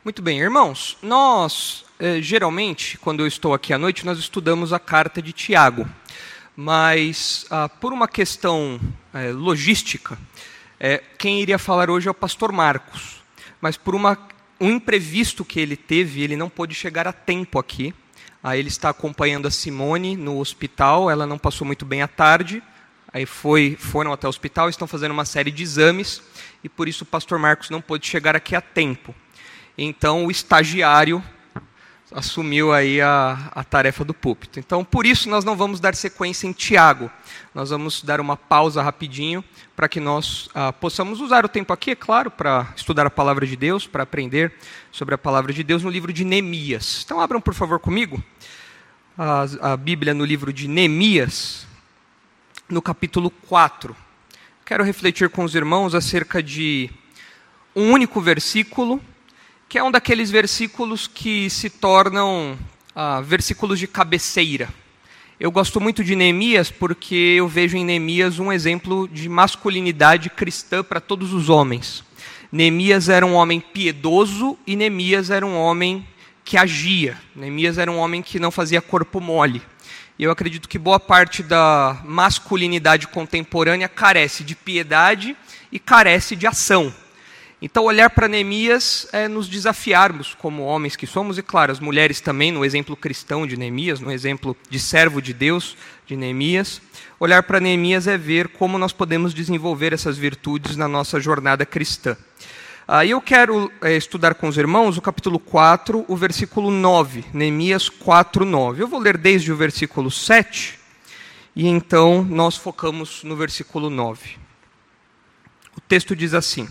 Muito bem, irmãos, nós geralmente, quando eu estou aqui à noite, nós estudamos a carta de Tiago, mas por uma questão logística, quem iria falar hoje é o pastor Marcos, mas por um imprevisto que ele teve, ele não pôde chegar a tempo aqui. Ele está acompanhando a Simone no hospital, ela não passou muito bem à tarde, aí foram até o hospital, estão fazendo uma série de exames, e por isso o pastor Marcos não pôde chegar aqui a tempo. Então o estagiário assumiu aí a tarefa do púlpito. Então por isso nós não vamos dar sequência em Tiago. Nós vamos dar uma pausa rapidinho para que nós possamos usar o tempo aqui, é claro, para estudar a palavra de Deus, para aprender sobre a palavra de Deus no livro de Neemias. Então abram por favor comigo a Bíblia no livro de Neemias, no capítulo 4. Quero refletir com os irmãos acerca de um único versículo, que é um daqueles versículos que se tornam versículos de cabeceira. Eu gosto muito de Neemias porque eu vejo em Neemias um exemplo de masculinidade cristã para todos os homens. Neemias era um homem piedoso e Neemias era um homem que agia. Neemias era um homem que não fazia corpo mole. E eu acredito que boa parte da masculinidade contemporânea carece de piedade e carece de ação. Então, olhar para Neemias é nos desafiarmos como homens que somos, e claro, as mulheres também, no exemplo cristão de Neemias, no exemplo de servo de Deus de Neemias. Olhar para Neemias é ver como nós podemos desenvolver essas virtudes na nossa jornada cristã. Eu quero estudar com os irmãos o capítulo 4, o versículo 9, Neemias 4, 9. Eu vou ler desde o versículo 7, e então nós focamos no versículo 9. O texto diz assim: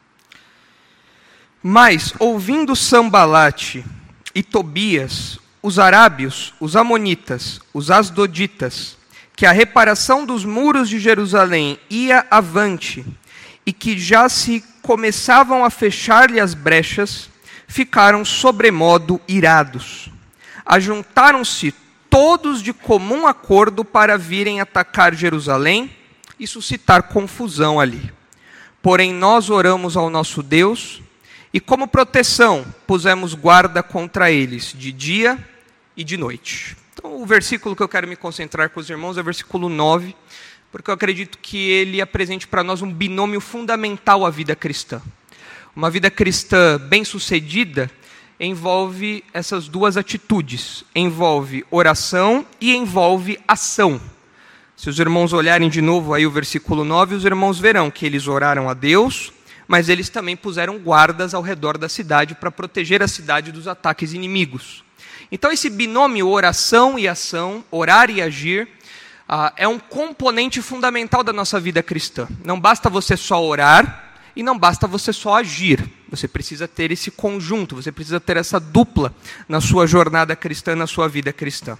Mas, ouvindo Sambalate e Tobias, os arábios, os amonitas, os asdoditas, que a reparação dos muros de Jerusalém ia avante, e que já se começavam a fechar-lhe as brechas, ficaram sobremodo irados. Ajuntaram-se todos de comum acordo para virem atacar Jerusalém e suscitar confusão ali. Porém nós oramos ao nosso Deus, e como proteção, pusemos guarda contra eles, de dia e de noite. Então, o versículo que eu quero me concentrar com os irmãos é o versículo 9, porque eu acredito que ele apresente para nós um binômio fundamental à vida cristã. Uma vida cristã bem-sucedida envolve essas duas atitudes. Envolve oração e envolve ação. Se os irmãos olharem de novo aí o versículo 9, os irmãos verão que eles oraram a Deus, mas eles também puseram guardas ao redor da cidade para proteger a cidade dos ataques inimigos. Então esse binômio oração e ação, orar e agir, é um componente fundamental da nossa vida cristã. Não basta você só orar e não basta você só agir. Você precisa ter esse conjunto, você precisa ter essa dupla na sua jornada cristã, na sua vida cristã.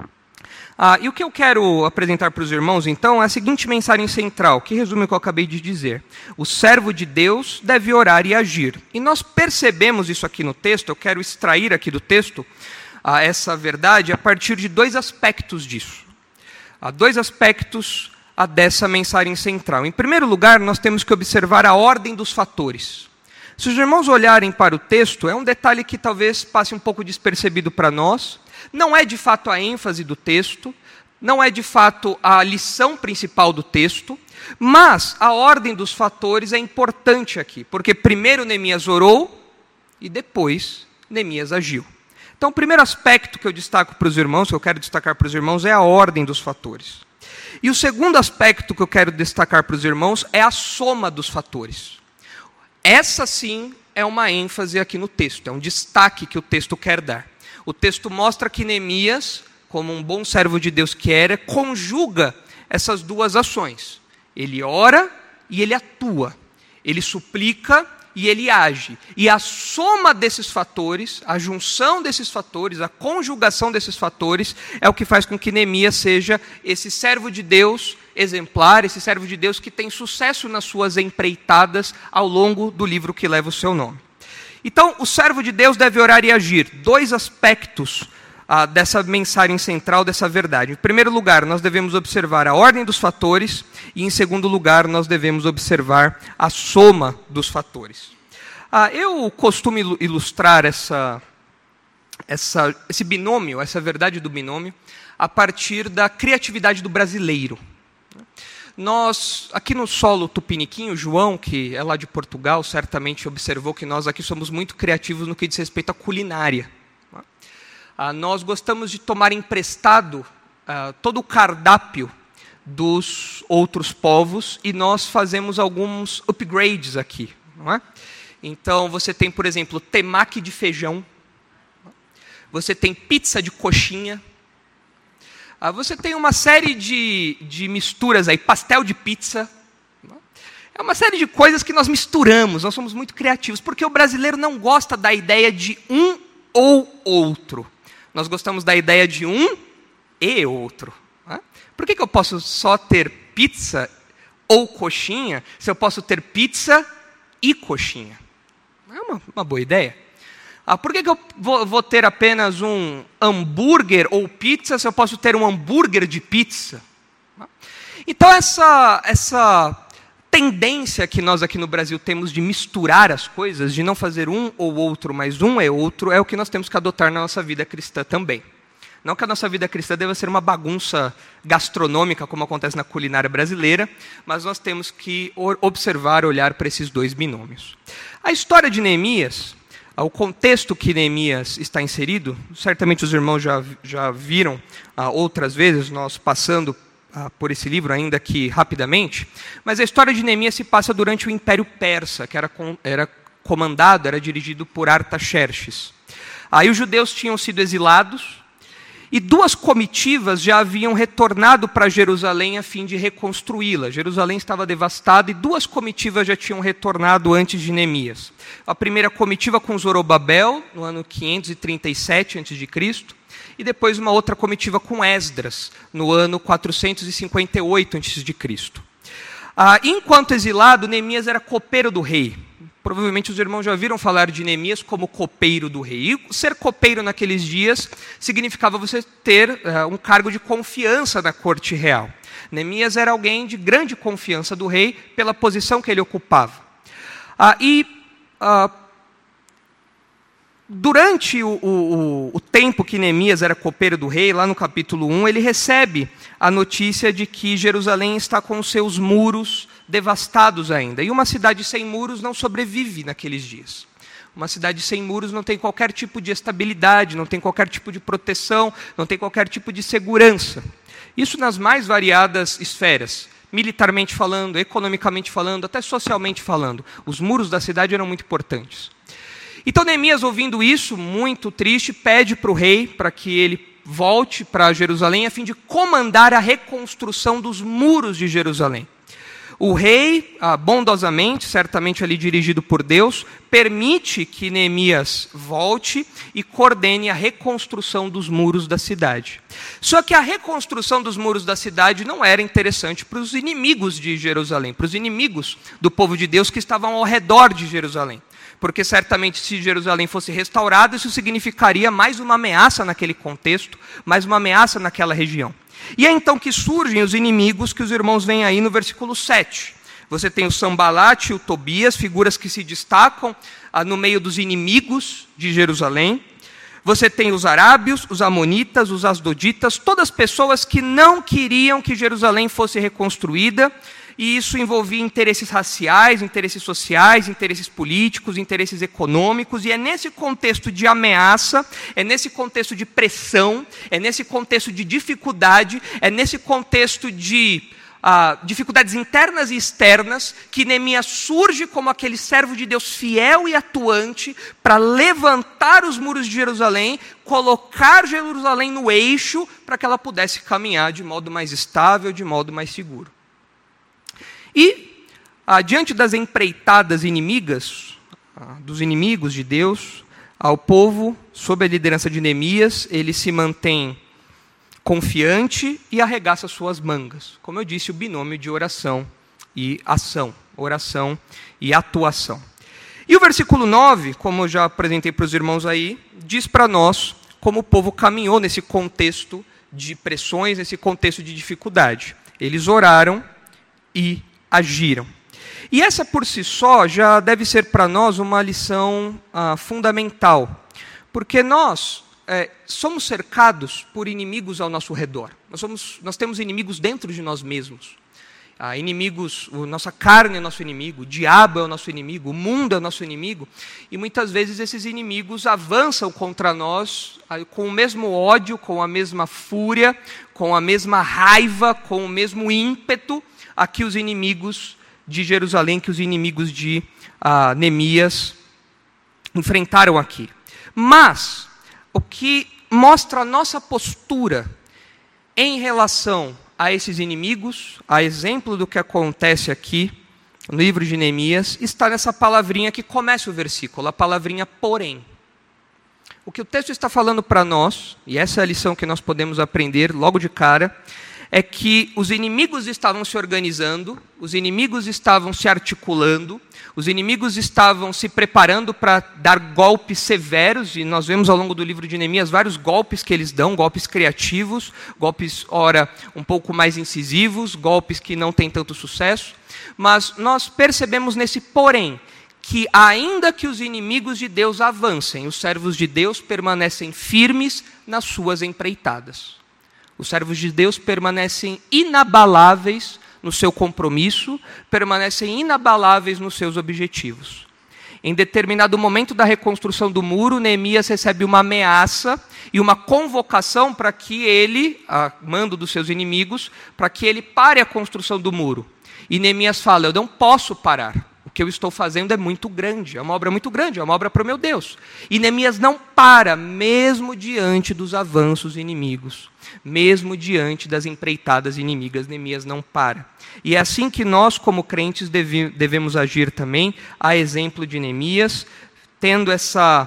E o que eu quero apresentar para os irmãos, então, é a seguinte mensagem central, que resume o que eu acabei de dizer. O servo de Deus deve orar e agir. E nós percebemos isso aqui no texto, eu quero extrair aqui do texto essa verdade a partir de dois aspectos disso. Há dois aspectos dessa mensagem central. Em primeiro lugar, nós temos que observar a ordem dos fatores. Se os irmãos olharem para o texto, é um detalhe que talvez passe um pouco despercebido para nós. Não é de fato a ênfase do texto, não é de fato a lição principal do texto, mas a ordem dos fatores é importante aqui, porque primeiro Neemias orou e depois Neemias agiu. Então, o primeiro aspecto que eu destaco para os irmãos, que eu quero destacar para os irmãos, é a ordem dos fatores. E o segundo aspecto que eu quero destacar para os irmãos é a soma dos fatores. Essa sim é uma ênfase aqui no texto, é um destaque que o texto quer dar. O texto mostra que Neemias, como um bom servo de Deus que era, conjuga essas duas ações. Ele ora e ele atua. Ele suplica e ele age. E a soma desses fatores, a junção desses fatores, a conjugação desses fatores, é o que faz com que Neemias seja esse servo de Deus exemplar, esse servo de Deus que tem sucesso nas suas empreitadas ao longo do livro que leva o seu nome. Então, o servo de Deus deve orar e agir. Dois aspectos dessa mensagem central, dessa verdade. Em primeiro lugar, nós devemos observar a ordem dos fatores, e em segundo lugar, nós devemos observar a soma dos fatores. Eu costumo ilustrar esse binômio, essa verdade do binômio, a partir da criatividade do brasileiro. Nós, aqui no solo tupiniquim, o João, que é lá de Portugal, certamente observou que nós aqui somos muito criativos no que diz respeito à culinária. Nós gostamos de tomar emprestado todo o cardápio dos outros povos e nós fazemos alguns upgrades aqui. Não é? Então, você tem, por exemplo, temaki de feijão, você tem pizza de coxinha, você tem uma série de misturas aí, pastel de pizza. É uma série de coisas que nós misturamos, nós somos muito criativos, porque o brasileiro não gosta da ideia de um ou outro. Nós gostamos da ideia de um e outro. Por que eu posso só ter pizza ou coxinha, se eu posso ter pizza e coxinha? É uma boa ideia. Por que eu vou ter apenas um hambúrguer ou pizza, se eu posso ter um hambúrguer de pizza? Então, essa tendência que nós aqui no Brasil temos de misturar as coisas, de não fazer um ou outro, mas um é outro, é o que nós temos que adotar na nossa vida cristã também. Não que a nossa vida cristã deva ser uma bagunça gastronômica, como acontece na culinária brasileira, mas nós temos que observar, olhar para esses dois binômios. A história de Neemias, o contexto que Neemias está inserido, certamente os irmãos já viram outras vezes, nós passando por esse livro, ainda que rapidamente, mas a história de Neemias se passa durante o Império Persa, que era comandado, era dirigido por Artaxerxes. Aí os judeus tinham sido exilados, e duas comitivas já haviam retornado para Jerusalém a fim de reconstruí-la. Jerusalém estava devastada e duas comitivas já tinham retornado antes de Neemias. A primeira comitiva com Zorobabel, no ano 537 a.C., e depois uma outra comitiva com Esdras, no ano 458 a.C. Enquanto exilado, Neemias era copeiro do rei. Provavelmente os irmãos já viram falar de Neemias como copeiro do rei. E ser copeiro naqueles dias significava você ter um cargo de confiança na corte real. Neemias era alguém de grande confiança do rei pela posição que ele ocupava. Durante o tempo que Neemias era copeiro do rei, lá no capítulo 1, ele recebe a notícia de que Jerusalém está com os seus muros devastados ainda. E uma cidade sem muros não sobrevive naqueles dias. Uma cidade sem muros não tem qualquer tipo de estabilidade, não tem qualquer tipo de proteção, não tem qualquer tipo de segurança. Isso nas mais variadas esferas. Militarmente falando, economicamente falando, até socialmente falando. Os muros da cidade eram muito importantes. Então Neemias, ouvindo isso, muito triste, pede para o rei para que ele volte para Jerusalém a fim de comandar a reconstrução dos muros de Jerusalém. O rei, bondosamente, certamente ali dirigido por Deus, permite que Neemias volte e coordene a reconstrução dos muros da cidade. Só que a reconstrução dos muros da cidade não era interessante para os inimigos de Jerusalém, para os inimigos do povo de Deus que estavam ao redor de Jerusalém. Porque certamente se Jerusalém fosse restaurada, isso significaria mais uma ameaça naquele contexto, mais uma ameaça naquela região. E é então que surgem os inimigos que os irmãos veem aí no versículo 7. Você tem o Sambalate e o Tobias, figuras que se destacam no meio dos inimigos de Jerusalém. Você tem os arábios, os amonitas, os asdoditas, todas pessoas que não queriam que Jerusalém fosse reconstruída, e isso envolvia interesses raciais, interesses sociais, interesses políticos, interesses econômicos, e é nesse contexto de ameaça, é nesse contexto de pressão, é nesse contexto de dificuldade, é nesse contexto de dificuldades internas e externas, que Neemias surge como aquele servo de Deus fiel e atuante para levantar os muros de Jerusalém, colocar Jerusalém no eixo para que ela pudesse caminhar de modo mais estável, de modo mais seguro. E, diante das empreitadas inimigas, dos inimigos de Deus, o povo, sob a liderança de Neemias, ele se mantém confiante e arregaça suas mangas. Como eu disse, o binômio de oração e ação, oração e atuação. E o versículo 9, como eu já apresentei para os irmãos aí, diz para nós como o povo caminhou nesse contexto de pressões, nesse contexto de dificuldade. Eles oraram e agiram. E essa por si só já deve ser para nós uma lição fundamental, porque nós somos cercados por inimigos ao nosso redor. Nós temos inimigos dentro de nós mesmos. Inimigos, nossa carne é o nosso inimigo, o diabo é o nosso inimigo, o mundo é o nosso inimigo, e muitas vezes esses inimigos avançam contra nós com o mesmo ódio, com a mesma fúria, com a mesma raiva, com o mesmo ímpeto a que os inimigos de Jerusalém, que os inimigos de Neemias enfrentaram aqui. Mas o que mostra a nossa postura em relação a esses inimigos, a exemplo do que acontece aqui no livro de Neemias, está nessa palavrinha que começa o versículo, a palavrinha porém. O que o texto está falando para nós, e essa é a lição que nós podemos aprender logo de cara, é que os inimigos estavam se organizando, os inimigos estavam se articulando, os inimigos estavam se preparando para dar golpes severos, e nós vemos ao longo do livro de Neemias vários golpes que eles dão, golpes criativos, golpes, ora, um pouco mais incisivos, golpes que não têm tanto sucesso, mas nós percebemos nesse porém, que ainda que os inimigos de Deus avancem, os servos de Deus permanecem firmes nas suas empreitadas. Os servos de Deus permanecem inabaláveis no seu compromisso, permanecem inabaláveis nos seus objetivos. Em determinado momento da reconstrução do muro, Neemias recebe uma ameaça e uma convocação para que ele, a mando dos seus inimigos, para que ele pare a construção do muro. E Neemias fala: eu não posso parar. O que eu estou fazendo é muito grande, é uma obra muito grande, é uma obra para o meu Deus. E Neemias não para, mesmo diante dos avanços inimigos, mesmo diante das empreitadas inimigas, Neemias não para. E é assim que nós, como crentes, devemos agir também, a exemplo de Neemias, tendo essa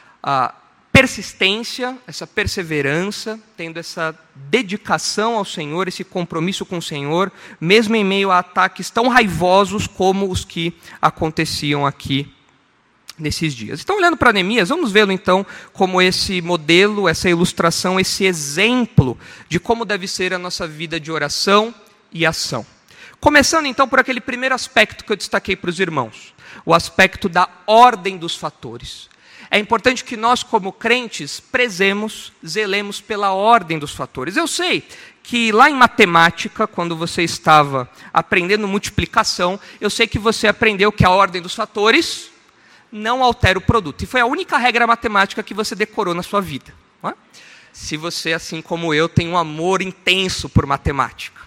persistência, essa perseverança, tendo essa dedicação ao Senhor, esse compromisso com o Senhor, mesmo em meio a ataques tão raivosos como os que aconteciam aqui nesses dias. Então, olhando para Neemias, vamos vê-lo então como esse modelo, essa ilustração, esse exemplo de como deve ser a nossa vida de oração e ação. Começando então por aquele primeiro aspecto que eu destaquei para os irmãos, o aspecto da ordem dos fatores. É importante que nós, como crentes, prezemos, zelemos pela ordem dos fatores. Eu sei que lá em matemática, quando você estava aprendendo multiplicação, eu sei que você aprendeu que a ordem dos fatores não altera o produto. E foi a única regra matemática que você decorou na sua vida. Não é? Se você, assim como eu, tem um amor intenso por matemática.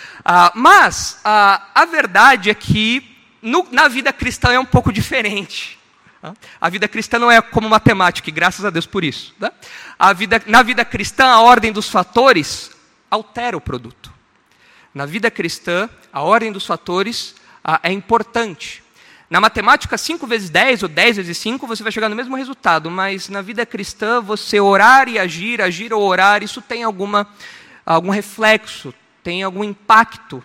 Mas a verdade é que na vida cristã é um pouco diferente. A vida cristã não é como matemática, e graças a Deus por isso. Né? Na vida cristã, a ordem dos fatores altera o produto. Na vida cristã, a ordem dos fatores é importante. Na matemática, 5 vezes 10 ou 10 vezes 5, você vai chegar no mesmo resultado, mas na vida cristã, você orar e agir, agir ou orar, isso tem algum reflexo, tem algum impacto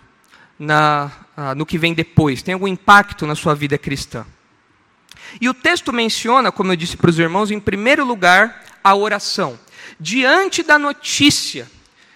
no que vem depois, tem algum impacto na sua vida cristã. E o texto menciona, como eu disse para os irmãos, em primeiro lugar, a oração. Diante da notícia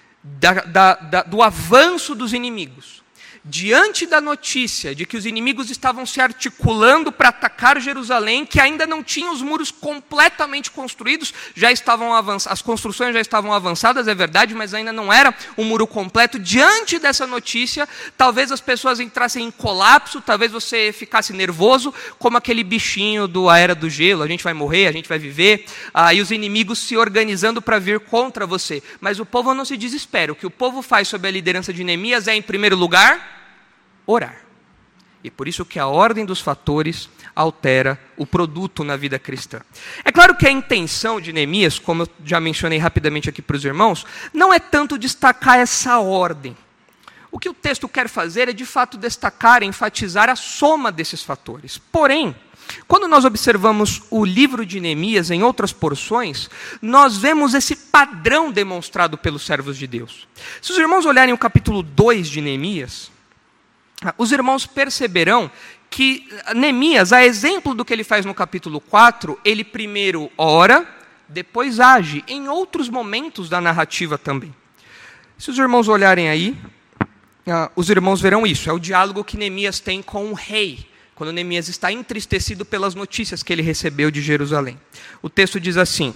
do avanço dos inimigos, diante da notícia de que os inimigos estavam se articulando para atacar Jerusalém, que ainda não tinham os muros completamente construídos, as construções já estavam avançadas, é verdade, mas ainda não era um muro completo. Diante dessa notícia, talvez as pessoas entrassem em colapso, talvez você ficasse nervoso, como aquele bichinho da Era do Gelo: a gente vai morrer, a gente vai viver, e os inimigos se organizando para vir contra você. Mas o povo não se desespera. O que o povo faz sob a liderança de Neemias é, em primeiro lugar, orar. E por isso que a ordem dos fatores altera o produto na vida cristã. É claro que a intenção de Neemias, como eu já mencionei rapidamente aqui para os irmãos, não é tanto destacar essa ordem. O que o texto quer fazer é, de fato, destacar, enfatizar a soma desses fatores. Porém, quando nós observamos o livro de Neemias em outras porções, nós vemos esse padrão demonstrado pelos servos de Deus. Se os irmãos olharem o capítulo 2 de Neemias, os irmãos perceberão que Neemias, a exemplo do que ele faz no capítulo 4, ele primeiro ora, depois age, em outros momentos da narrativa também. Se os irmãos olharem aí, os irmãos verão isso. É o diálogo que Neemias tem com o rei, quando Neemias está entristecido pelas notícias que ele recebeu de Jerusalém. O texto diz assim: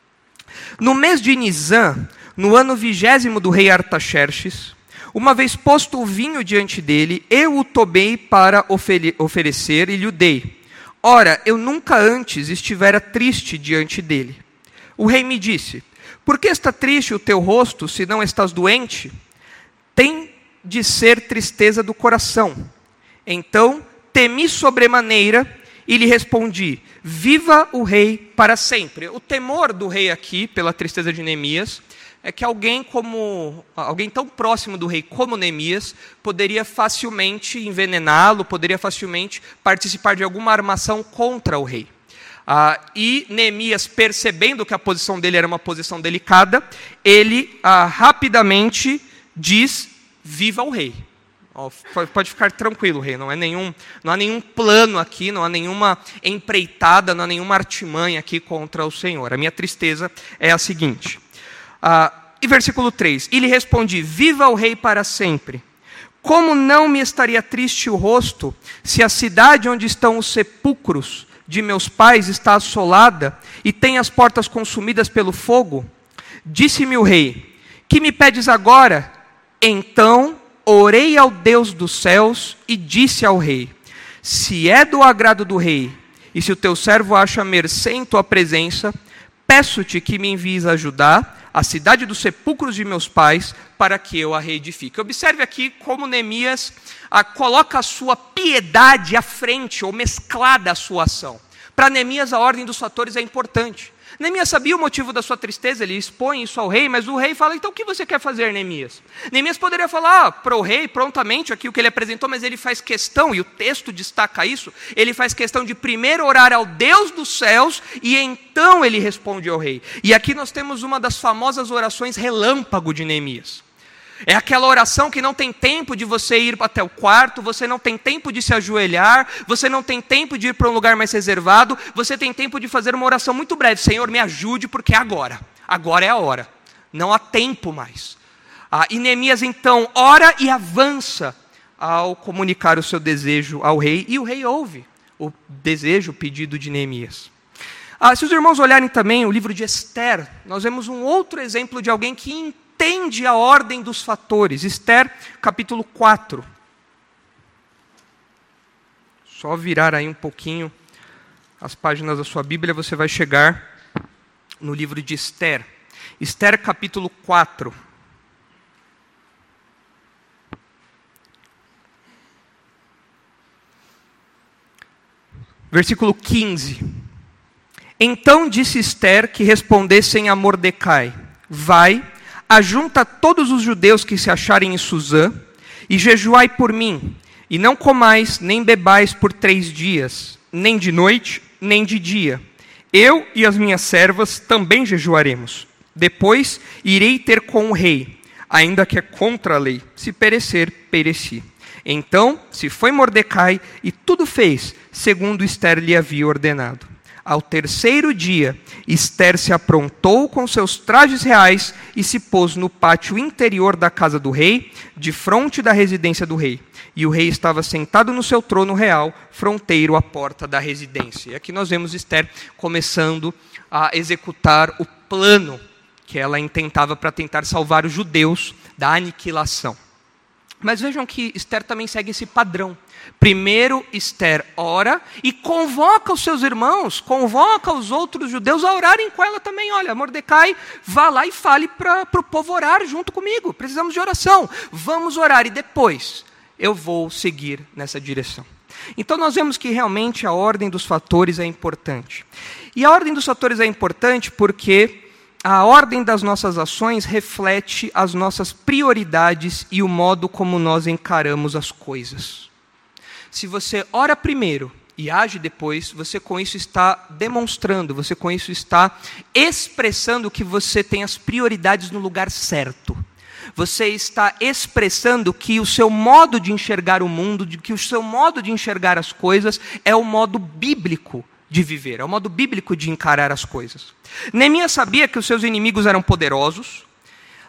no mês de Nisã, no ano 20º do rei Artaxerxes, uma vez posto o vinho diante dele, eu o tomei para oferecer e lhe o dei. Ora, eu nunca antes estivera triste diante dele. O rei me disse: por que está triste o teu rosto, se não estás doente? Tem de ser tristeza do coração. Então temi sobremaneira e lhe respondi: viva o rei para sempre. O temor do rei aqui, pela tristeza de Neemias, é que alguém tão próximo do rei como Neemias poderia facilmente envenená-lo, poderia facilmente participar de alguma armação contra o rei. E Neemias, percebendo que a posição dele era uma posição delicada, ele rapidamente diz: viva o rei. Pode ficar tranquilo, rei, não há nenhum plano aqui, não há nenhuma empreitada, não há nenhuma artimanha aqui contra o Senhor. A minha tristeza é a seguinte. E versículo 3: e lhe respondi: viva o rei para sempre. Como não me estaria triste o rosto, se a cidade onde estão os sepulcros de meus pais está assolada e tem as portas consumidas pelo fogo? Disse-me o rei: que me pedes agora? Então orei ao Deus dos céus e disse ao rei: se é do agrado do rei, e se o teu servo acha mercê em tua presença, peço-te que me envies a Judá, a cidade dos sepulcros de meus pais, para que eu a reedifique. Observe aqui como Neemias coloca a sua piedade à frente, ou mesclada à sua ação. Para Neemias, a ordem dos fatores é importante. Neemias sabia o motivo da sua tristeza, ele expõe isso ao rei, mas o rei fala: então o que você quer fazer, Neemias? Neemias poderia falar para o rei prontamente aqui o que ele apresentou, mas ele faz questão, e o texto destaca isso, ele faz questão de primeiro orar ao Deus dos céus, e então ele responde ao rei. E aqui nós temos uma das famosas orações relâmpago de Neemias. É aquela oração que não tem tempo de você ir até o quarto, você não tem tempo de se ajoelhar, você não tem tempo de ir para um lugar mais reservado, você tem tempo de fazer uma oração muito breve: Senhor, me ajude, porque é agora é a hora, não há tempo mais. E Neemias então ora e avança ao comunicar o seu desejo ao rei, e o rei ouve o desejo, o pedido de Neemias. Se os irmãos olharem também o livro de Esther, nós vemos um outro exemplo de alguém que entende a ordem dos fatores. Esther, capítulo 4. Só virar aí um pouquinho as páginas da sua Bíblia, você vai chegar no livro de Esther. Esther, capítulo 4. Versículo 15. Então disse Esther que respondessem a Mordecai: vai, ajunta todos os judeus que se acharem em Suzã, e jejuai por mim, e não comais nem bebais por 3 dias, nem de noite, nem de dia. Eu e as minhas servas também jejuaremos. Depois irei ter com o rei, ainda que é contra a lei. Se perecer, pereci. Então se foi Mordecai, e tudo fez segundo Esther lhe havia ordenado. Ao 3º dia, Esther se aprontou com seus trajes reais e se pôs no pátio interior da casa do rei, de frente da residência do rei. E o rei estava sentado no seu trono real, fronteiro à porta da residência. E aqui nós vemos Esther começando a executar o plano que ela intentava para tentar salvar os judeus da aniquilação. Mas vejam que Esther também segue esse padrão. Primeiro Esther ora e convoca os seus irmãos, convoca os outros judeus a orarem com ela também. Olha, Mordecai, vá lá e fale para o povo orar junto comigo. Precisamos de oração. Vamos orar e depois eu vou seguir nessa direção. Então nós vemos que realmente a ordem dos fatores é importante. E a ordem dos fatores é importante porque a ordem das nossas ações reflete as nossas prioridades e o modo como nós encaramos as coisas. Se você ora primeiro e age depois, você com isso está demonstrando, você com isso está expressando que você tem as prioridades no lugar certo. Você está expressando que o seu modo de enxergar o mundo, que o seu modo de enxergar as coisas é o modo bíblico de viver, é o modo bíblico de encarar as coisas. Neemias sabia que os seus inimigos eram poderosos,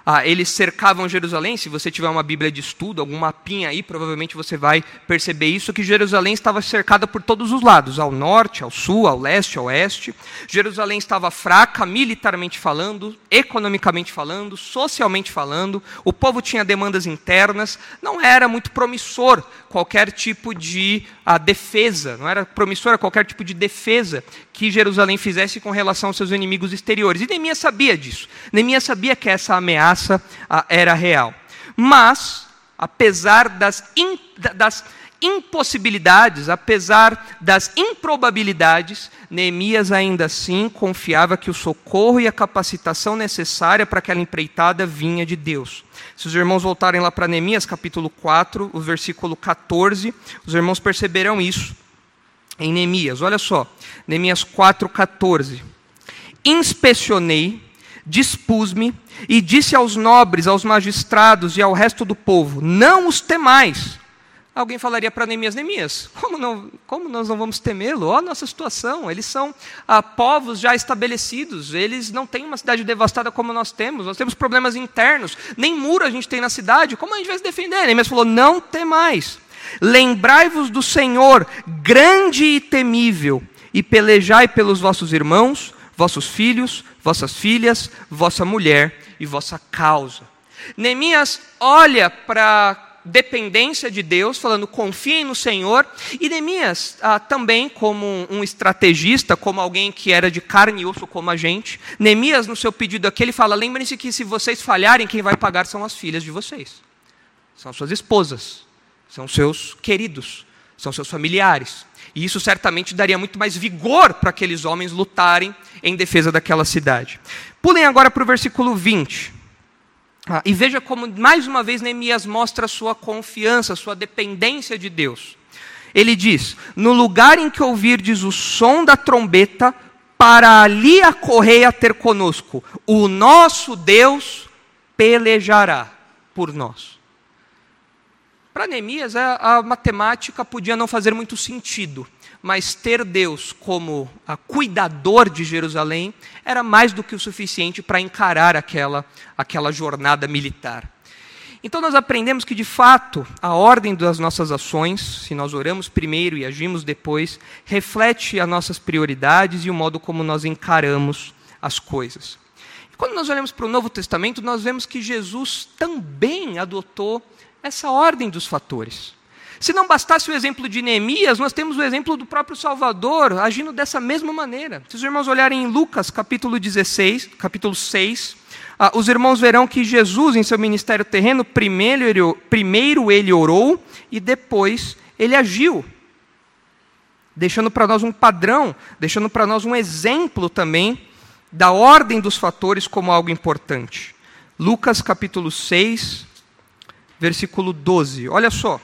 Eles cercavam Jerusalém. Se você tiver uma Bíblia de estudo, algum mapinha aí, provavelmente você vai perceber isso, que Jerusalém estava cercada por todos os lados, ao norte, ao sul, ao leste, ao oeste. Jerusalém estava fraca, militarmente falando, economicamente falando, socialmente falando. O povo tinha demandas internas. Não era muito promissor qualquer tipo de defesa, não era promissora qualquer tipo de defesa que Jerusalém fizesse com relação aos seus inimigos exteriores. E Neemias sabia disso. Neemias sabia que essa ameaça era real. Mas, apesar das impossibilidades, apesar das improbabilidades, Neemias ainda assim confiava que o socorro e a capacitação necessária para aquela empreitada vinha de Deus. Se os irmãos voltarem lá para Neemias, capítulo 4, o versículo 14, os irmãos perceberão isso em Neemias. Olha só, Neemias 4,14. Inspecionei, dispus-me e disse aos nobres, aos magistrados e ao resto do povo: não os temais. Alguém falaria para Neemias: Neemias, como nós não vamos temê-lo? Olha a nossa situação, eles são povos já estabelecidos, eles não têm uma cidade devastada como nós temos problemas internos, nem muro a gente tem na cidade, como a gente vai se defender? Neemias falou: não temais, lembrai-vos do Senhor, grande e temível, e pelejai pelos vossos irmãos, vossos filhos, vossas filhas, vossa mulher e vossa causa. Neemias olha para dependência de Deus, falando: confiem no Senhor. E Neemias, também como um estrategista, como alguém que era de carne e osso como a gente, Neemias, no seu pedido aqui, ele fala: lembrem-se que se vocês falharem, quem vai pagar são as filhas de vocês, são suas esposas, são seus queridos, são seus familiares. E isso certamente daria muito mais vigor para aqueles homens lutarem em defesa daquela cidade. Pulem agora para o versículo 20. E veja como, mais uma vez, Neemias mostra a sua confiança, a sua dependência de Deus. Ele diz: no lugar em que ouvirdes o som da trombeta, para ali acorrei a ter conosco. O nosso Deus pelejará por nós. Para Neemias, a matemática podia não fazer muito sentido, mas ter Deus como cuidador de Jerusalém era mais do que o suficiente para encarar aquela jornada militar. Então nós aprendemos que, de fato, a ordem das nossas ações, se nós oramos primeiro e agimos depois, reflete as nossas prioridades e o modo como nós encaramos as coisas. E quando nós olhamos para o Novo Testamento, nós vemos que Jesus também adotou essa ordem dos fatores. Se não bastasse o exemplo de Neemias, nós temos o exemplo do próprio Salvador, agindo dessa mesma maneira. Se os irmãos olharem em Lucas, capítulo 6, os irmãos verão que Jesus, em seu ministério terreno, primeiro ele orou e depois ele agiu, deixando para nós um padrão, deixando para nós um exemplo também da ordem dos fatores como algo importante. Lucas, capítulo 6, versículo 12, olha só.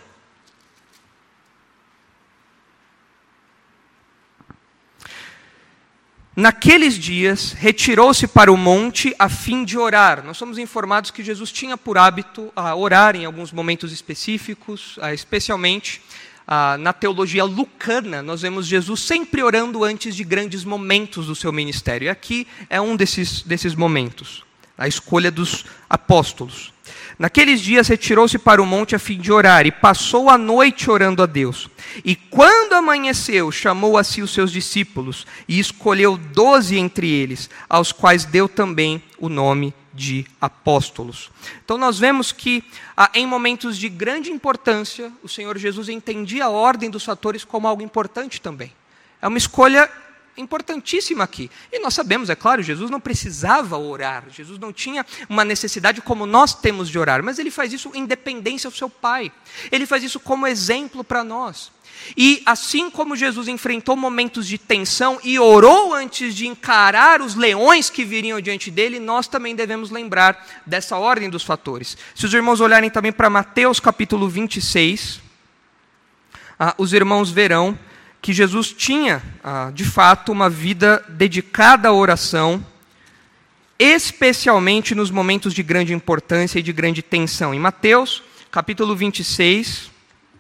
Naqueles dias, retirou-se para o monte a fim de orar. Nós somos informados que Jesus tinha por hábito orar em alguns momentos específicos, especialmente na teologia lucana, nós vemos Jesus sempre orando antes de grandes momentos do seu ministério. E aqui é um desses momentos, a escolha dos apóstolos. Naqueles dias retirou-se para o monte a fim de orar, e passou a noite orando a Deus. E quando amanheceu, chamou a si os seus discípulos, e escolheu 12 entre eles, aos quais deu também o nome de apóstolos. Então nós vemos que, em momentos de grande importância, o Senhor Jesus entendia a ordem dos fatores como algo importante também. É uma escolha importantíssima aqui. E nós sabemos, é claro, Jesus não precisava orar, Jesus não tinha uma necessidade como nós temos de orar, mas ele faz isso em dependência ao seu Pai. Ele faz isso como exemplo para nós. E assim como Jesus enfrentou momentos de tensão e orou antes de encarar os leões que viriam diante dele, nós também devemos lembrar dessa ordem dos fatores. Se os irmãos olharem também para Mateus capítulo 26, os irmãos verão que Jesus tinha, de fato, uma vida dedicada à oração, especialmente nos momentos de grande importância e de grande tensão. Em Mateus, capítulo 26,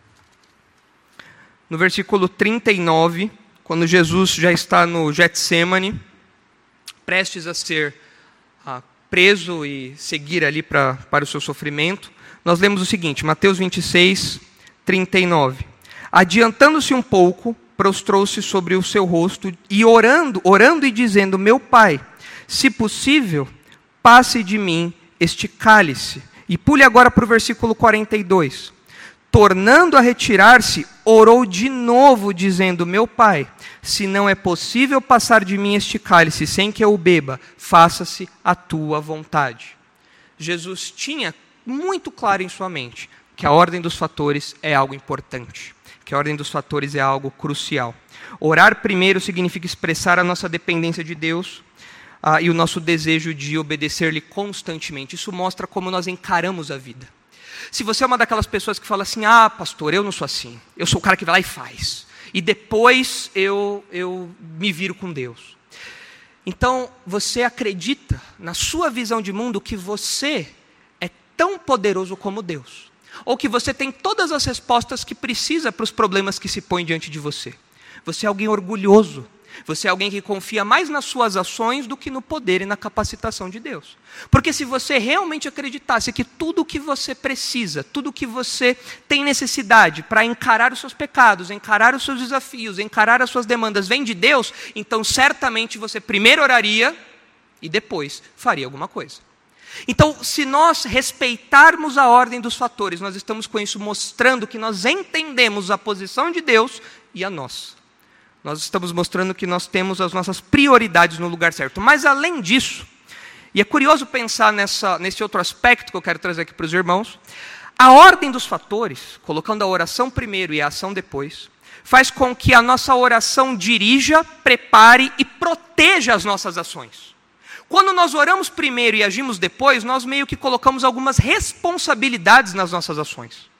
no versículo 39, quando Jesus já está no Getsêmani, prestes a ser preso e seguir ali para o seu sofrimento, nós lemos o seguinte, Mateus 26, 39. Adiantando-se um pouco, prostrou-se sobre o seu rosto e orando e dizendo, meu Pai, se possível, passe de mim este cálice. E pule agora para o versículo 42. Tornando a retirar-se, orou de novo, dizendo, meu Pai, se não é possível passar de mim este cálice sem que eu o beba, faça-se a tua vontade. Jesus tinha muito claro em sua mente que a ordem dos fatores é algo importante, que a ordem dos fatores é algo crucial. Orar primeiro significa expressar a nossa dependência de Deus e o nosso desejo de obedecer-lhe constantemente. Isso mostra como nós encaramos a vida. Se você é uma daquelas pessoas que fala assim, pastor, eu não sou assim, eu sou o cara que vai lá e faz, e depois eu me viro com Deus. Então, você acredita, na sua visão de mundo, que você é tão poderoso como Deus, ou que você tem todas as respostas que precisa para os problemas que se põem diante de você. Você é alguém orgulhoso. Você é alguém que confia mais nas suas ações do que no poder e na capacitação de Deus. Porque se você realmente acreditasse que tudo o que você precisa, tudo o que você tem necessidade para encarar os seus pecados, encarar os seus desafios, encarar as suas demandas vem de Deus, então certamente você primeiro oraria e depois faria alguma coisa. Então, se nós respeitarmos a ordem dos fatores, nós estamos com isso mostrando que nós entendemos a posição de Deus e a nossa. Nós estamos mostrando que nós temos as nossas prioridades no lugar certo. Mas além disso, e é curioso pensar nesse outro aspecto que eu quero trazer aqui para os irmãos, a ordem dos fatores, colocando a oração primeiro e a ação depois, faz com que a nossa oração dirija, prepare e proteja as nossas ações. Quando nós oramos primeiro e agimos depois, nós meio que colocamos algumas responsabilidades nas nossas ações.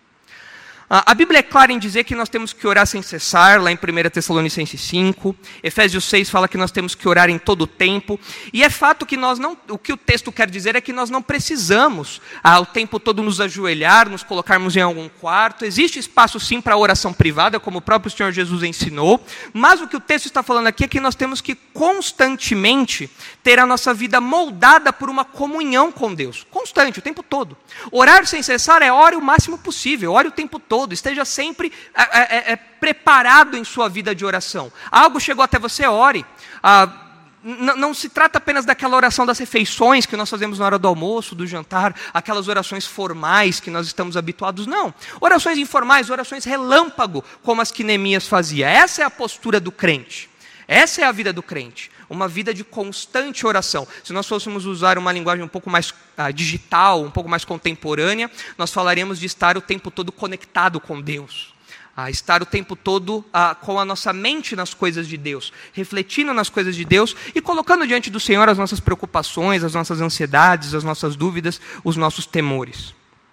A Bíblia é clara em dizer que nós temos que orar sem cessar, lá em 1 Tessalonicenses 5. Efésios 6 fala que nós temos que orar em todo o tempo. E é fato que o que o texto quer dizer é que nós não precisamos o tempo todo nos ajoelhar, nos colocarmos em algum quarto. Existe espaço sim para oração privada, como o próprio Senhor Jesus ensinou. Mas o que o texto está falando aqui é que nós temos que constantemente ter a nossa vida moldada por uma comunhão com Deus. Constante, o tempo todo. Orar sem cessar ore o máximo possível, ore o tempo todo. Esteja sempre preparado em sua vida de oração. Algo chegou até você, ore. Não se trata apenas daquela oração das refeições que nós fazemos na hora do almoço, do jantar, aquelas orações formais que nós estamos habituados, não. Orações informais, orações relâmpago, como as que Neemias fazia. Essa é a postura do crente. Essa é a vida do crente, uma vida de constante oração. Se nós fôssemos usar uma linguagem um pouco mais digital, um pouco mais contemporânea, nós falaríamos de estar o tempo todo conectado com Deus. Estar o tempo todo com a nossa mente nas coisas de Deus, refletindo nas coisas de Deus e colocando diante do Senhor as nossas preocupações, as nossas ansiedades, as nossas dúvidas, os nossos temores.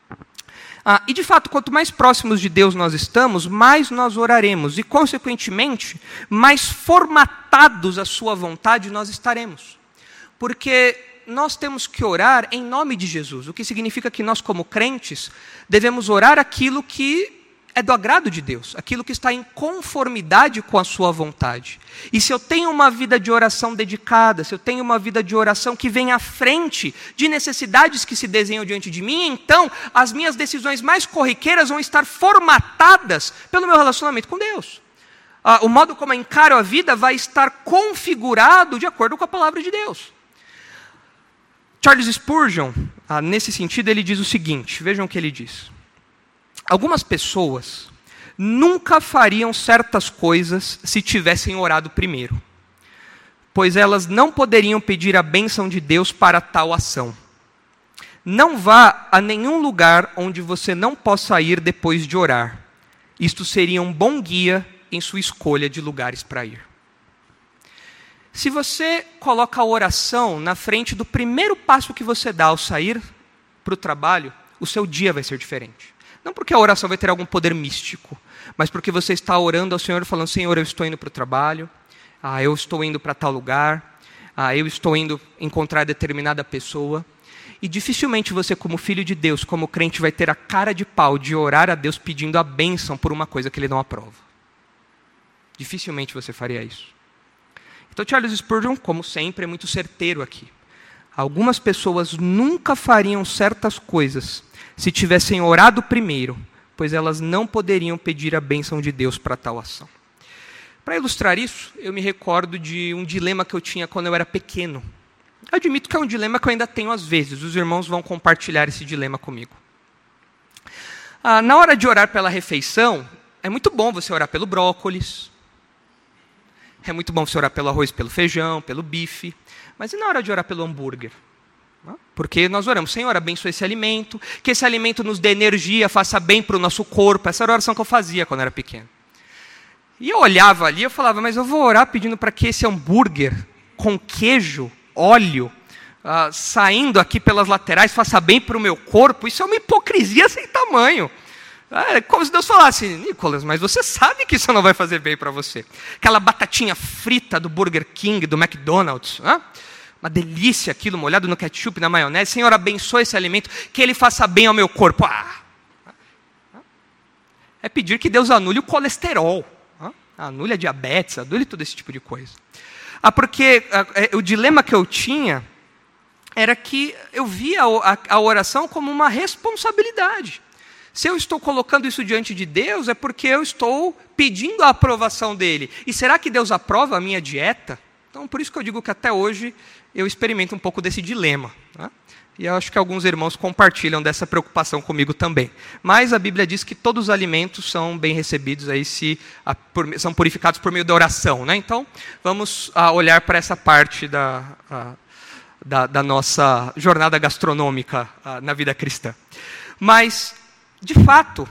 E de fato, quanto mais próximos de Deus nós estamos, mais nós oraremos. E consequentemente, mais formatados à sua vontade nós estaremos. Porque nós temos que orar em nome de Jesus. O que significa que nós, como crentes, devemos orar aquilo que é do agrado de Deus, aquilo que está em conformidade com a sua vontade. E se eu tenho uma vida de oração dedicada, se eu tenho uma vida de oração que vem à frente de necessidades que se desenham diante de mim, então as minhas decisões mais corriqueiras vão estar formatadas pelo meu relacionamento com Deus. O modo como eu encaro a vida vai estar configurado de acordo com a palavra de Deus. Charles Spurgeon, nesse sentido, ele diz o seguinte, vejam o que ele diz. Algumas pessoas nunca fariam certas coisas se tivessem orado primeiro, pois elas não poderiam pedir a bênção de Deus para tal ação. Não vá a nenhum lugar onde você não possa ir depois de orar. Isto seria um bom guia em sua escolha de lugares para ir. Se você coloca a oração na frente do primeiro passo que você dá ao sair para o trabalho, o seu dia vai ser diferente. Não porque a oração vai ter algum poder místico, mas porque você está orando ao Senhor e falando, Senhor, eu estou indo para o trabalho, eu estou indo para tal lugar, eu estou indo encontrar determinada pessoa. E dificilmente você, como filho de Deus, como crente, vai ter a cara de pau de orar a Deus pedindo a bênção por uma coisa que Ele não aprova. Dificilmente você faria isso. Então Charles Spurgeon, como sempre, é muito certeiro aqui. Algumas pessoas nunca fariam certas coisas se tivessem orado primeiro, pois elas não poderiam pedir a bênção de Deus para tal ação. Para ilustrar isso, eu me recordo de um dilema que eu tinha quando eu era pequeno. Eu admito que é um dilema que eu ainda tenho às vezes. Os irmãos vão compartilhar esse dilema comigo. Na hora de orar pela refeição, é muito bom você orar pelo brócolis. É muito bom você orar pelo arroz, pelo feijão, pelo bife. Mas e na hora de orar pelo hambúrguer? Porque nós oramos, Senhor, abençoe esse alimento, que esse alimento nos dê energia, faça bem para o nosso corpo. Essa era a oração que eu fazia quando eu era pequeno. E eu olhava ali e falava, mas eu vou orar pedindo para que esse hambúrguer com queijo, óleo, saindo aqui pelas laterais, faça bem para o meu corpo? Isso é uma hipocrisia sem tamanho. É como se Deus falasse, Nicolas, mas você sabe que isso não vai fazer bem para você. Aquela batatinha frita do Burger King, do McDonald's, uma delícia aquilo, molhado no ketchup, na maionese. Senhor, abençoe esse alimento, que ele faça bem ao meu corpo. É pedir que Deus anule o colesterol, anule a diabetes, anule todo esse tipo de coisa. Porque o dilema que eu tinha era que eu via a oração como uma responsabilidade. Se eu estou colocando isso diante de Deus, é porque eu estou pedindo a aprovação dele. E será que Deus aprova a minha dieta? Então, por isso que eu digo que até hoje eu experimento um pouco desse dilema. E eu acho que alguns irmãos compartilham dessa preocupação comigo também. Mas a Bíblia diz que todos os alimentos são bem recebidos, aí são purificados por meio da oração. Então, vamos olhar para essa parte da nossa jornada gastronômica na vida cristã. Mas, de fato,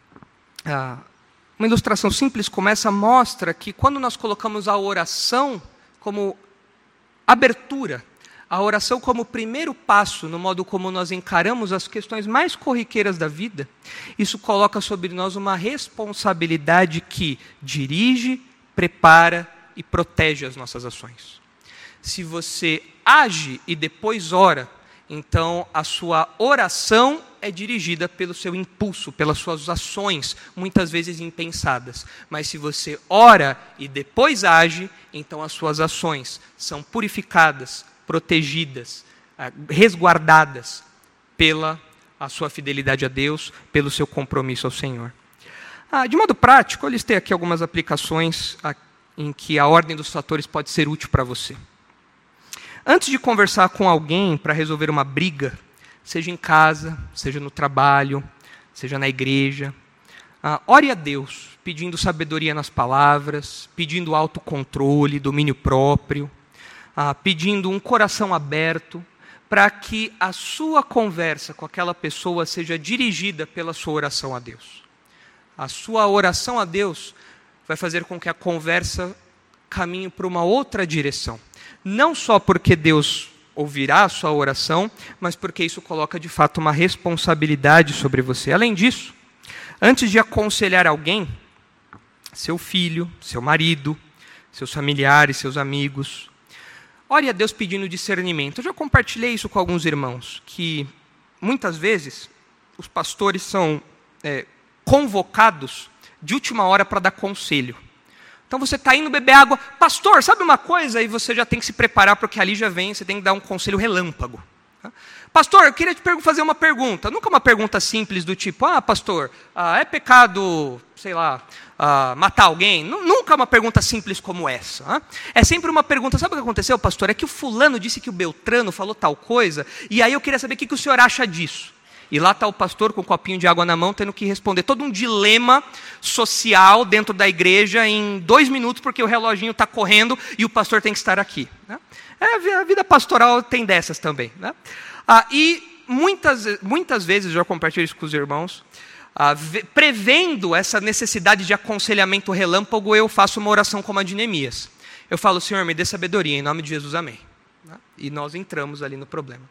uma ilustração simples como essa mostra que quando nós colocamos a oração como abertura, a oração como primeiro passo no modo como nós encaramos as questões mais corriqueiras da vida, isso coloca sobre nós uma responsabilidade que dirige, prepara e protege as nossas ações. Se você age e depois ora, então a sua oração é dirigida pelo seu impulso, pelas suas ações, muitas vezes impensadas. Mas se você ora e depois age, então as suas ações são purificadas, protegidas, resguardadas pela a sua fidelidade a Deus, pelo seu compromisso ao Senhor. De modo prático, eu listei aqui algumas aplicações em que a ordem dos fatores pode ser útil para você. Antes de conversar com alguém para resolver uma briga, seja em casa, seja no trabalho, seja na igreja, ore a Deus, pedindo sabedoria nas palavras, pedindo autocontrole, domínio próprio, pedindo um coração aberto, para que a sua conversa com aquela pessoa seja dirigida pela sua oração a Deus. A sua oração a Deus vai fazer com que a conversa caminhe para uma outra direção. Não só porque Deus ouvirá a sua oração, mas porque isso coloca de fato uma responsabilidade sobre você. Além disso, antes de aconselhar alguém, seu filho, seu marido, seus familiares, seus amigos, ore a Deus pedindo discernimento. Eu já compartilhei isso com alguns irmãos, que muitas vezes os pastores são convocados de última hora para dar conselho. Então você está indo beber água, pastor, sabe uma coisa? E você já tem que se preparar porque ali já vem, você tem que dar um conselho relâmpago. Pastor, eu queria te fazer uma pergunta. Nunca uma pergunta simples do tipo, pastor, é pecado, sei lá, matar alguém? Nunca uma pergunta simples como essa. É sempre uma pergunta, sabe o que aconteceu, pastor? É que o fulano disse que o Beltrano falou tal coisa, e aí eu queria saber o que o senhor acha disso. E lá está o pastor com um copinho de água na mão, tendo que responder todo um dilema social dentro da igreja em 2 minutos, porque o reloginho está correndo e o pastor tem que estar aqui. A vida pastoral tem dessas também. E muitas vezes, eu já compartilho isso com os irmãos, prevendo essa necessidade de aconselhamento relâmpago, eu faço uma oração como a de Neemias. Eu falo, Senhor, me dê sabedoria, em nome de Jesus, amém. E nós entramos ali no problema.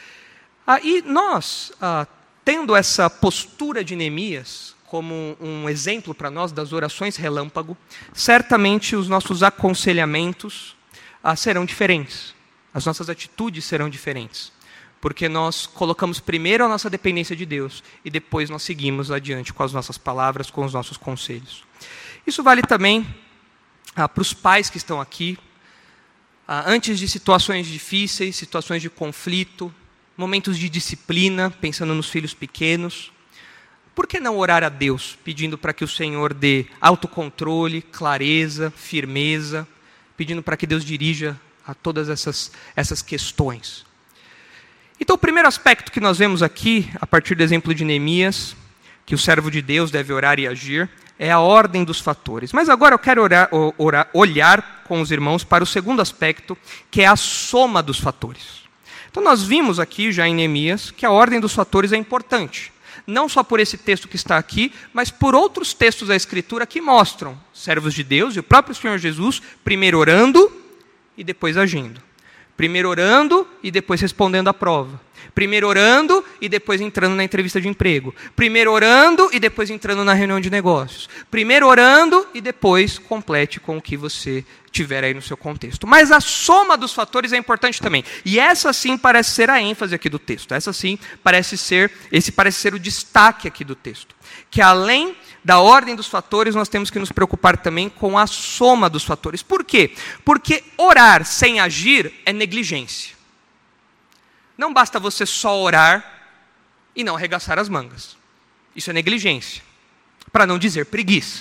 E nós, tendo essa postura de Neemias como um exemplo para nós das orações relâmpago, certamente os nossos aconselhamentos serão diferentes. As nossas atitudes serão diferentes. Porque nós colocamos primeiro a nossa dependência de Deus e depois nós seguimos adiante com as nossas palavras, com os nossos conselhos. Isso vale também para os pais que estão aqui. antes de situações difíceis, situações de conflito, momentos de disciplina, pensando nos filhos pequenos. Por que não orar a Deus, pedindo para que o Senhor dê autocontrole, clareza, firmeza, pedindo para que Deus dirija a todas essas questões? Então, o primeiro aspecto que nós vemos aqui, a partir do exemplo de Neemias, que o servo de Deus deve orar e agir, é a ordem dos fatores. Mas agora eu quero olhar com os irmãos para o segundo aspecto, que é a soma dos fatores. Então, nós vimos aqui já em Neemias que a ordem dos fatores é importante. Não só por esse texto que está aqui, mas por outros textos da Escritura que mostram servos de Deus e o próprio Senhor Jesus primeiro orando e depois agindo. Primeiro orando e depois respondendo à prova. Primeiro orando e depois entrando na entrevista de emprego. Primeiro orando e depois entrando na reunião de negócios. Primeiro orando e depois complete com o que você tiver aí no seu contexto. Mas a soma dos fatores é importante também. E essa sim parece ser a ênfase aqui do texto. Esse parece ser o destaque aqui do texto. Que além da ordem dos fatores, nós temos que nos preocupar também com a soma dos fatores. Por quê? Porque orar sem agir é negligência. Não basta você só orar e não arregaçar as mangas. Isso é negligência, para não dizer preguiça.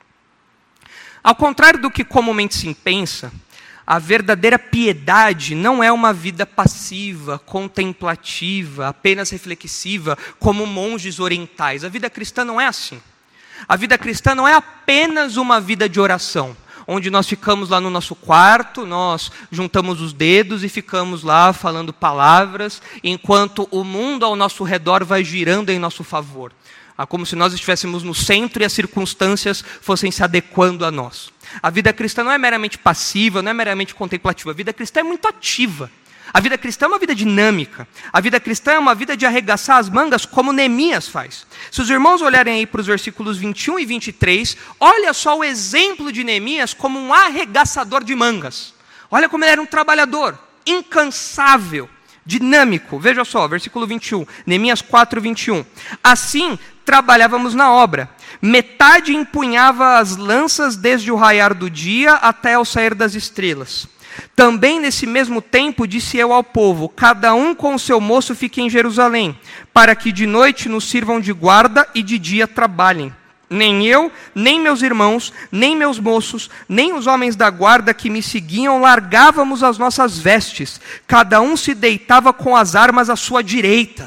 Ao contrário do que comumente se pensa, a verdadeira piedade não é uma vida passiva, contemplativa, apenas reflexiva, como monges orientais. A vida cristã não é assim. A vida cristã não é apenas uma vida de oração, onde nós ficamos lá no nosso quarto, nós juntamos os dedos e ficamos lá falando palavras, enquanto o mundo ao nosso redor vai girando em nosso favor. Como se nós estivéssemos no centro e as circunstâncias fossem se adequando a nós. A vida cristã não é meramente passiva, não é meramente contemplativa. A vida cristã é muito ativa. A vida cristã é uma vida dinâmica. A vida cristã é uma vida de arregaçar as mangas, como Neemias faz. Se os irmãos olharem aí para os versículos 21 e 23, olha só o exemplo de Neemias como um arregaçador de mangas. Olha como ele era um trabalhador, incansável, dinâmico. Veja só, versículo 21, Neemias 4, 21. Assim, trabalhávamos na obra. Metade empunhava as lanças desde o raiar do dia até ao sair das estrelas. Também nesse mesmo tempo disse eu ao povo, cada um com o seu moço fique em Jerusalém, para que de noite nos sirvam de guarda e de dia trabalhem. Nem eu, nem meus irmãos, nem meus moços, nem os homens da guarda que me seguiam largávamos as nossas vestes. Cada um se deitava com as armas à sua direita.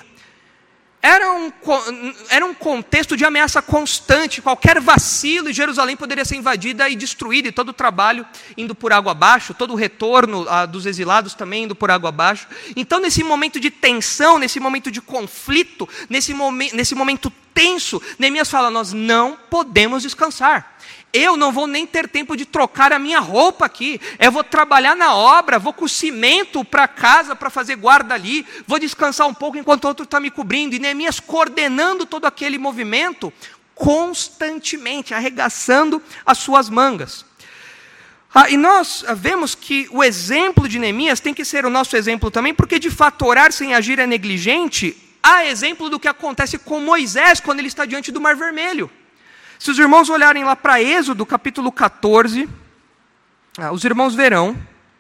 Era um contexto de ameaça constante. Qualquer vacilo e Jerusalém poderia ser invadida e destruída, e todo o trabalho indo por água abaixo, todo o retorno dos exilados também indo por água abaixo. Então, nesse momento de tensão, nesse momento de conflito, nesse momento tenso, Neemias fala, nós não podemos descansar. Eu não vou nem ter tempo de trocar a minha roupa aqui. Eu vou trabalhar na obra, vou com cimento para casa para fazer guarda ali. Vou descansar um pouco enquanto o outro está me cobrindo. E Neemias coordenando todo aquele movimento constantemente, arregaçando as suas mangas. E nós vemos que o exemplo de Neemias tem que ser o nosso exemplo também, porque de fato orar sem agir é negligente. Há exemplo do que acontece com Moisés quando ele está diante do Mar Vermelho. Se os irmãos olharem lá para Êxodo, capítulo 14, os irmãos verão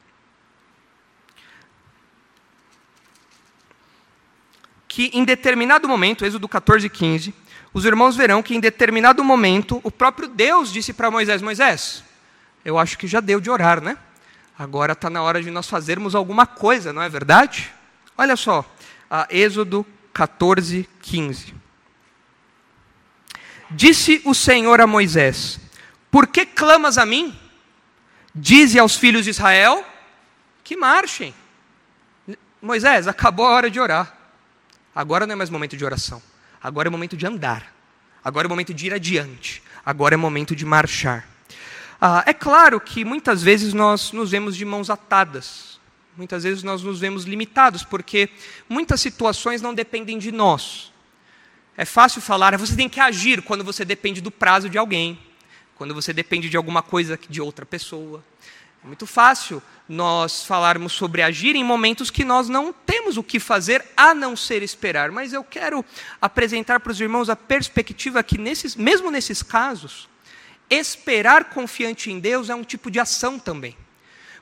que em determinado momento, Êxodo 14, 15, os irmãos verão que em determinado momento, o próprio Deus disse para Moisés, Moisés, eu acho que já deu de orar, né? Agora está na hora de nós fazermos alguma coisa, não é verdade? Olha só, Êxodo 14, 15. Disse o Senhor a Moisés, por que clamas a mim? Dize aos filhos de Israel que marchem. Moisés, acabou a hora de orar. Agora não é mais momento de oração. Agora é momento de andar. Agora é momento de ir adiante. Agora é momento de marchar. É claro que muitas vezes nós nos vemos de mãos atadas. Muitas vezes nós nos vemos limitados, porque muitas situações não dependem de nós. É fácil falar, você tem que agir quando você depende do prazo de alguém, quando você depende de alguma coisa de outra pessoa. É muito fácil nós falarmos sobre agir em momentos que nós não temos o que fazer a não ser esperar. Mas eu quero apresentar para os irmãos a perspectiva que, mesmo nesses casos, esperar confiante em Deus é um tipo de ação também.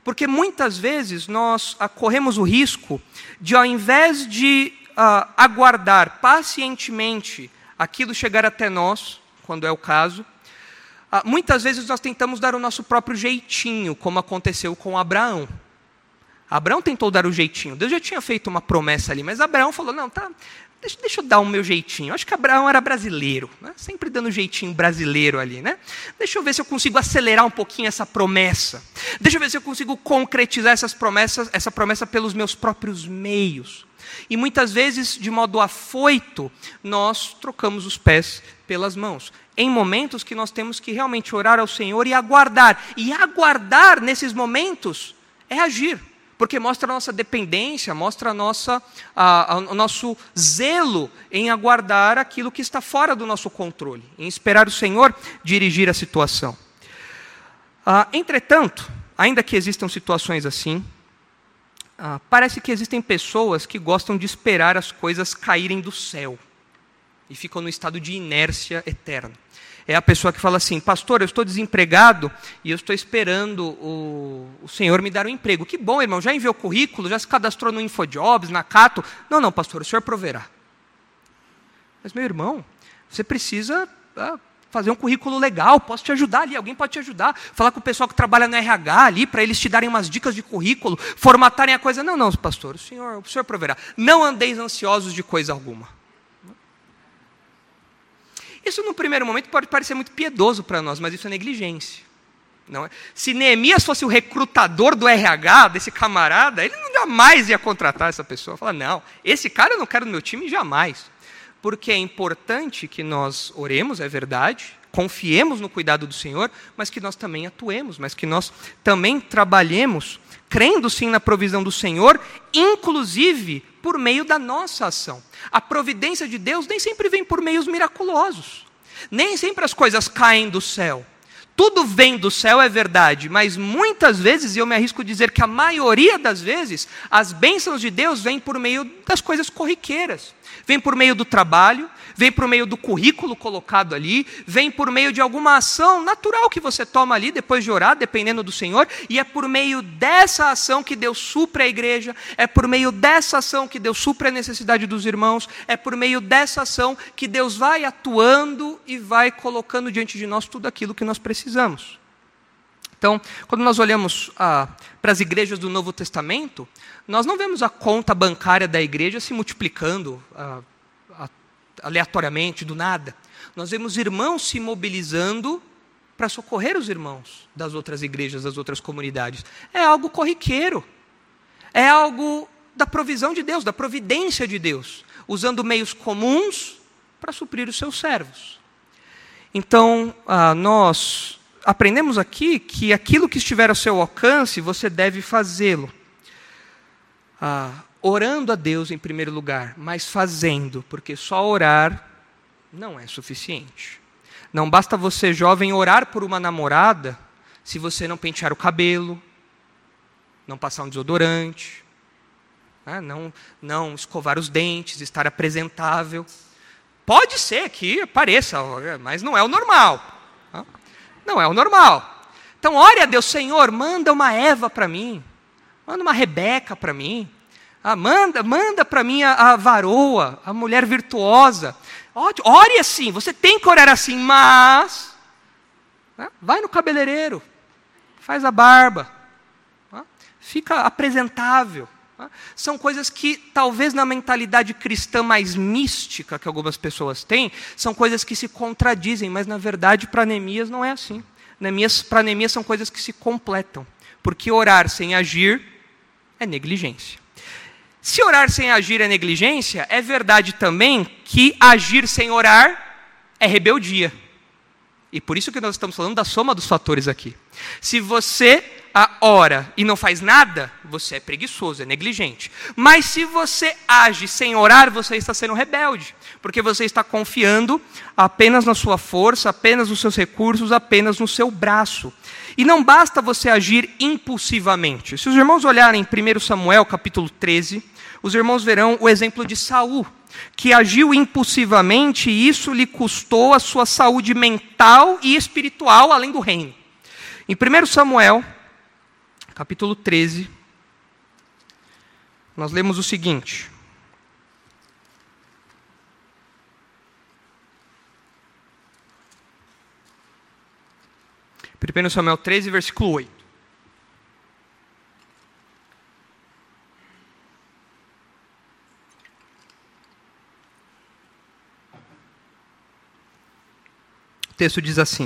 Porque muitas vezes nós corremos o risco de, ao invés de aguardar pacientemente aquilo chegar até nós, quando é o caso, muitas vezes nós tentamos dar o nosso próprio jeitinho, como aconteceu com Abraão. Abraão tentou dar o jeitinho. Deus já tinha feito uma promessa ali, mas Abraão falou, não, tá, deixa eu dar o meu jeitinho. Acho que Abraão era brasileiro, né? Sempre dando um jeitinho brasileiro ali, né? Deixa eu ver se eu consigo acelerar um pouquinho essa promessa. Deixa eu ver se eu consigo concretizar essa promessa pelos meus próprios meios. E muitas vezes, de modo afoito, nós trocamos os pés pelas mãos. Em momentos que nós temos que realmente orar ao Senhor e aguardar. E aguardar nesses momentos é agir. Porque mostra a nossa dependência, mostra o nosso zelo em aguardar aquilo que está fora do nosso controle, em esperar o Senhor dirigir a situação. Entretanto, ainda que existam situações assim, parece que existem pessoas que gostam de esperar as coisas caírem do céu e ficam no estado de inércia eterna. É a pessoa que fala assim, pastor, eu estou desempregado e eu estou esperando o Senhor me dar um emprego. Que bom, irmão, já enviou currículo, já se cadastrou no InfoJobs, na Cato? Não, pastor, o Senhor proverá. Mas, meu irmão, você precisa fazer um currículo legal, posso te ajudar ali, alguém pode te ajudar. Falar com o pessoal que trabalha no RH ali, para eles te darem umas dicas de currículo, formatarem a coisa. Não, pastor, o Senhor proverá. Não andeis ansiosos de coisa alguma. Isso, no primeiro momento, pode parecer muito piedoso para nós, mas isso é negligência. Não é? Se Neemias fosse o recrutador do RH, desse camarada, ele jamais ia contratar essa pessoa. Fala, não, esse cara eu não quero no meu time jamais. Porque é importante que nós oremos, é verdade, confiemos no cuidado do Senhor, mas que nós também atuemos, mas que nós também trabalhemos, crendo sim na provisão do Senhor, inclusive por meio da nossa ação. A providência de Deus nem sempre vem por meios miraculosos. Nem sempre as coisas caem do céu. Tudo vem do céu, é verdade, mas muitas vezes, e eu me arrisco a dizer que a maioria das vezes, as bênçãos de Deus vêm por meio das coisas corriqueiras. Vem por meio do trabalho, vem por meio do currículo colocado ali, vem por meio de alguma ação natural que você toma ali depois de orar, dependendo do Senhor, e é por meio dessa ação que Deus supre a igreja, é por meio dessa ação que Deus supre a necessidade dos irmãos, é por meio dessa ação que Deus vai atuando e vai colocando diante de nós tudo aquilo que nós precisamos. Então, quando nós olhamos para as igrejas do Novo Testamento, nós não vemos a conta bancária da igreja se multiplicando aleatoriamente, do nada. Nós vemos irmãos se mobilizando para socorrer os irmãos das outras igrejas, das outras comunidades. É algo corriqueiro. É algo da provisão de Deus, da providência de Deus, usando meios comuns para suprir os seus servos. Então, nós aprendemos aqui que aquilo que estiver ao seu alcance, você deve fazê-lo. Orando a Deus em primeiro lugar, mas fazendo, porque só orar não é suficiente. Não basta você, jovem, orar por uma namorada, se você não pentear o cabelo, não passar um desodorante, não escovar os dentes, estar apresentável. Pode ser que pareça, mas não é o normal. Não é o normal. Então, ore a Deus, Senhor, manda uma Eva para mim, manda uma Rebeca para mim, manda para mim a varoa, a mulher virtuosa. Ore assim, você tem que orar assim, mas vai no cabeleireiro, faz a barba, fica apresentável. São coisas que, talvez na mentalidade cristã mais mística que algumas pessoas têm, são coisas que se contradizem, mas na verdade para Neemias não é assim. Para Neemias são coisas que se completam, porque orar sem agir é negligência. Se orar sem agir é negligência, é verdade também que agir sem orar é rebeldia. E por isso que nós estamos falando da soma dos fatores aqui. Se você ora e não faz nada, você é preguiçoso, é negligente. Mas se você age sem orar, você está sendo rebelde. Porque você está confiando apenas na sua força, apenas nos seus recursos, apenas no seu braço. E não basta você agir impulsivamente. Se os irmãos olharem em 1 Samuel, capítulo 13, os irmãos verão o exemplo de Saul, que agiu impulsivamente e isso lhe custou a sua saúde mental e espiritual, além do reino. Em 1 Samuel, capítulo 13, nós lemos o seguinte. 1 Samuel 13, versículo 8. O texto diz assim,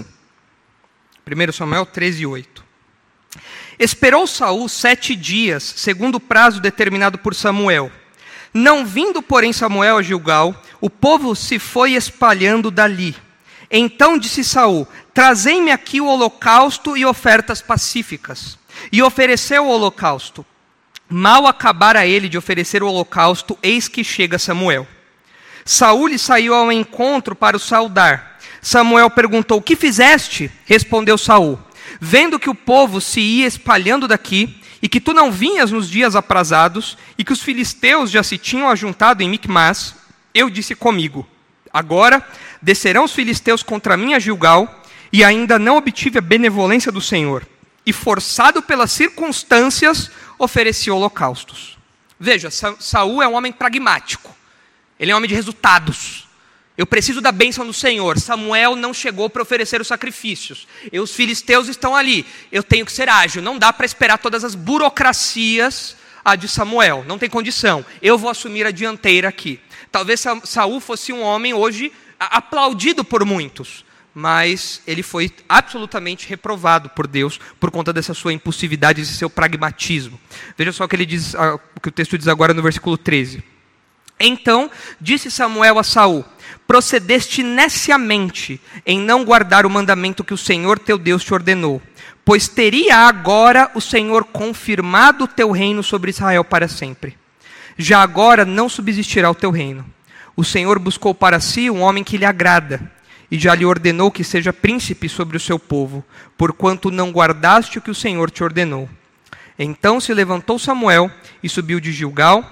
1 Samuel 13, 8. Esperou Saul 7 dias, segundo o prazo determinado por Samuel. Não vindo, porém, Samuel a Gilgal, o povo se foi espalhando dali. Então disse Saul: trazei-me aqui o holocausto e ofertas pacíficas. E ofereceu o holocausto. Mal acabara ele de oferecer o holocausto, eis que chega Samuel. Saul lhe saiu ao encontro para o saudar. Samuel perguntou: que fizeste? Respondeu Saul: vendo que o povo se ia espalhando daqui, e que tu não vinhas nos dias aprazados, e que os filisteus já se tinham ajuntado em Micmas, eu disse comigo: agora descerão os filisteus contra mim a Gilgal, e ainda não obtive a benevolência do Senhor, e forçado pelas circunstâncias, ofereci holocaustos. Veja, Saul é um homem pragmático, ele é um homem de resultados. Eu preciso da bênção do Senhor. Samuel não chegou para oferecer os sacrifícios. Os filisteus estão ali. Eu tenho que ser ágil. Não dá para esperar todas as burocracias de Samuel. Não tem condição. Eu vou assumir a dianteira aqui. Talvez Saul fosse um homem hoje aplaudido por muitos. Mas ele foi absolutamente reprovado por Deus por conta dessa sua impulsividade, desse seu pragmatismo. Veja só o que ele diz, o que o texto diz agora no versículo 13. Então disse Samuel a Saul: procedeste neciamente em não guardar o mandamento que o Senhor teu Deus te ordenou, pois teria agora o Senhor confirmado o teu reino sobre Israel para sempre. Já agora não subsistirá o teu reino. O Senhor buscou para si um homem que lhe agrada, e já lhe ordenou que seja príncipe sobre o seu povo, porquanto não guardaste o que o Senhor te ordenou. Então se levantou Samuel e subiu de Gilgal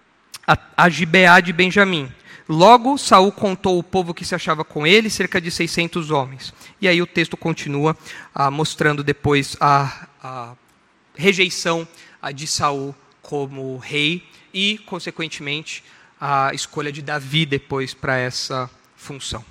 a Gibeá de Benjamim. Logo, Saul contou o povo que se achava com ele, cerca de 600 homens. E aí o texto continua mostrando depois a rejeição de Saul como rei e, consequentemente, a escolha de Davi depois para essa função.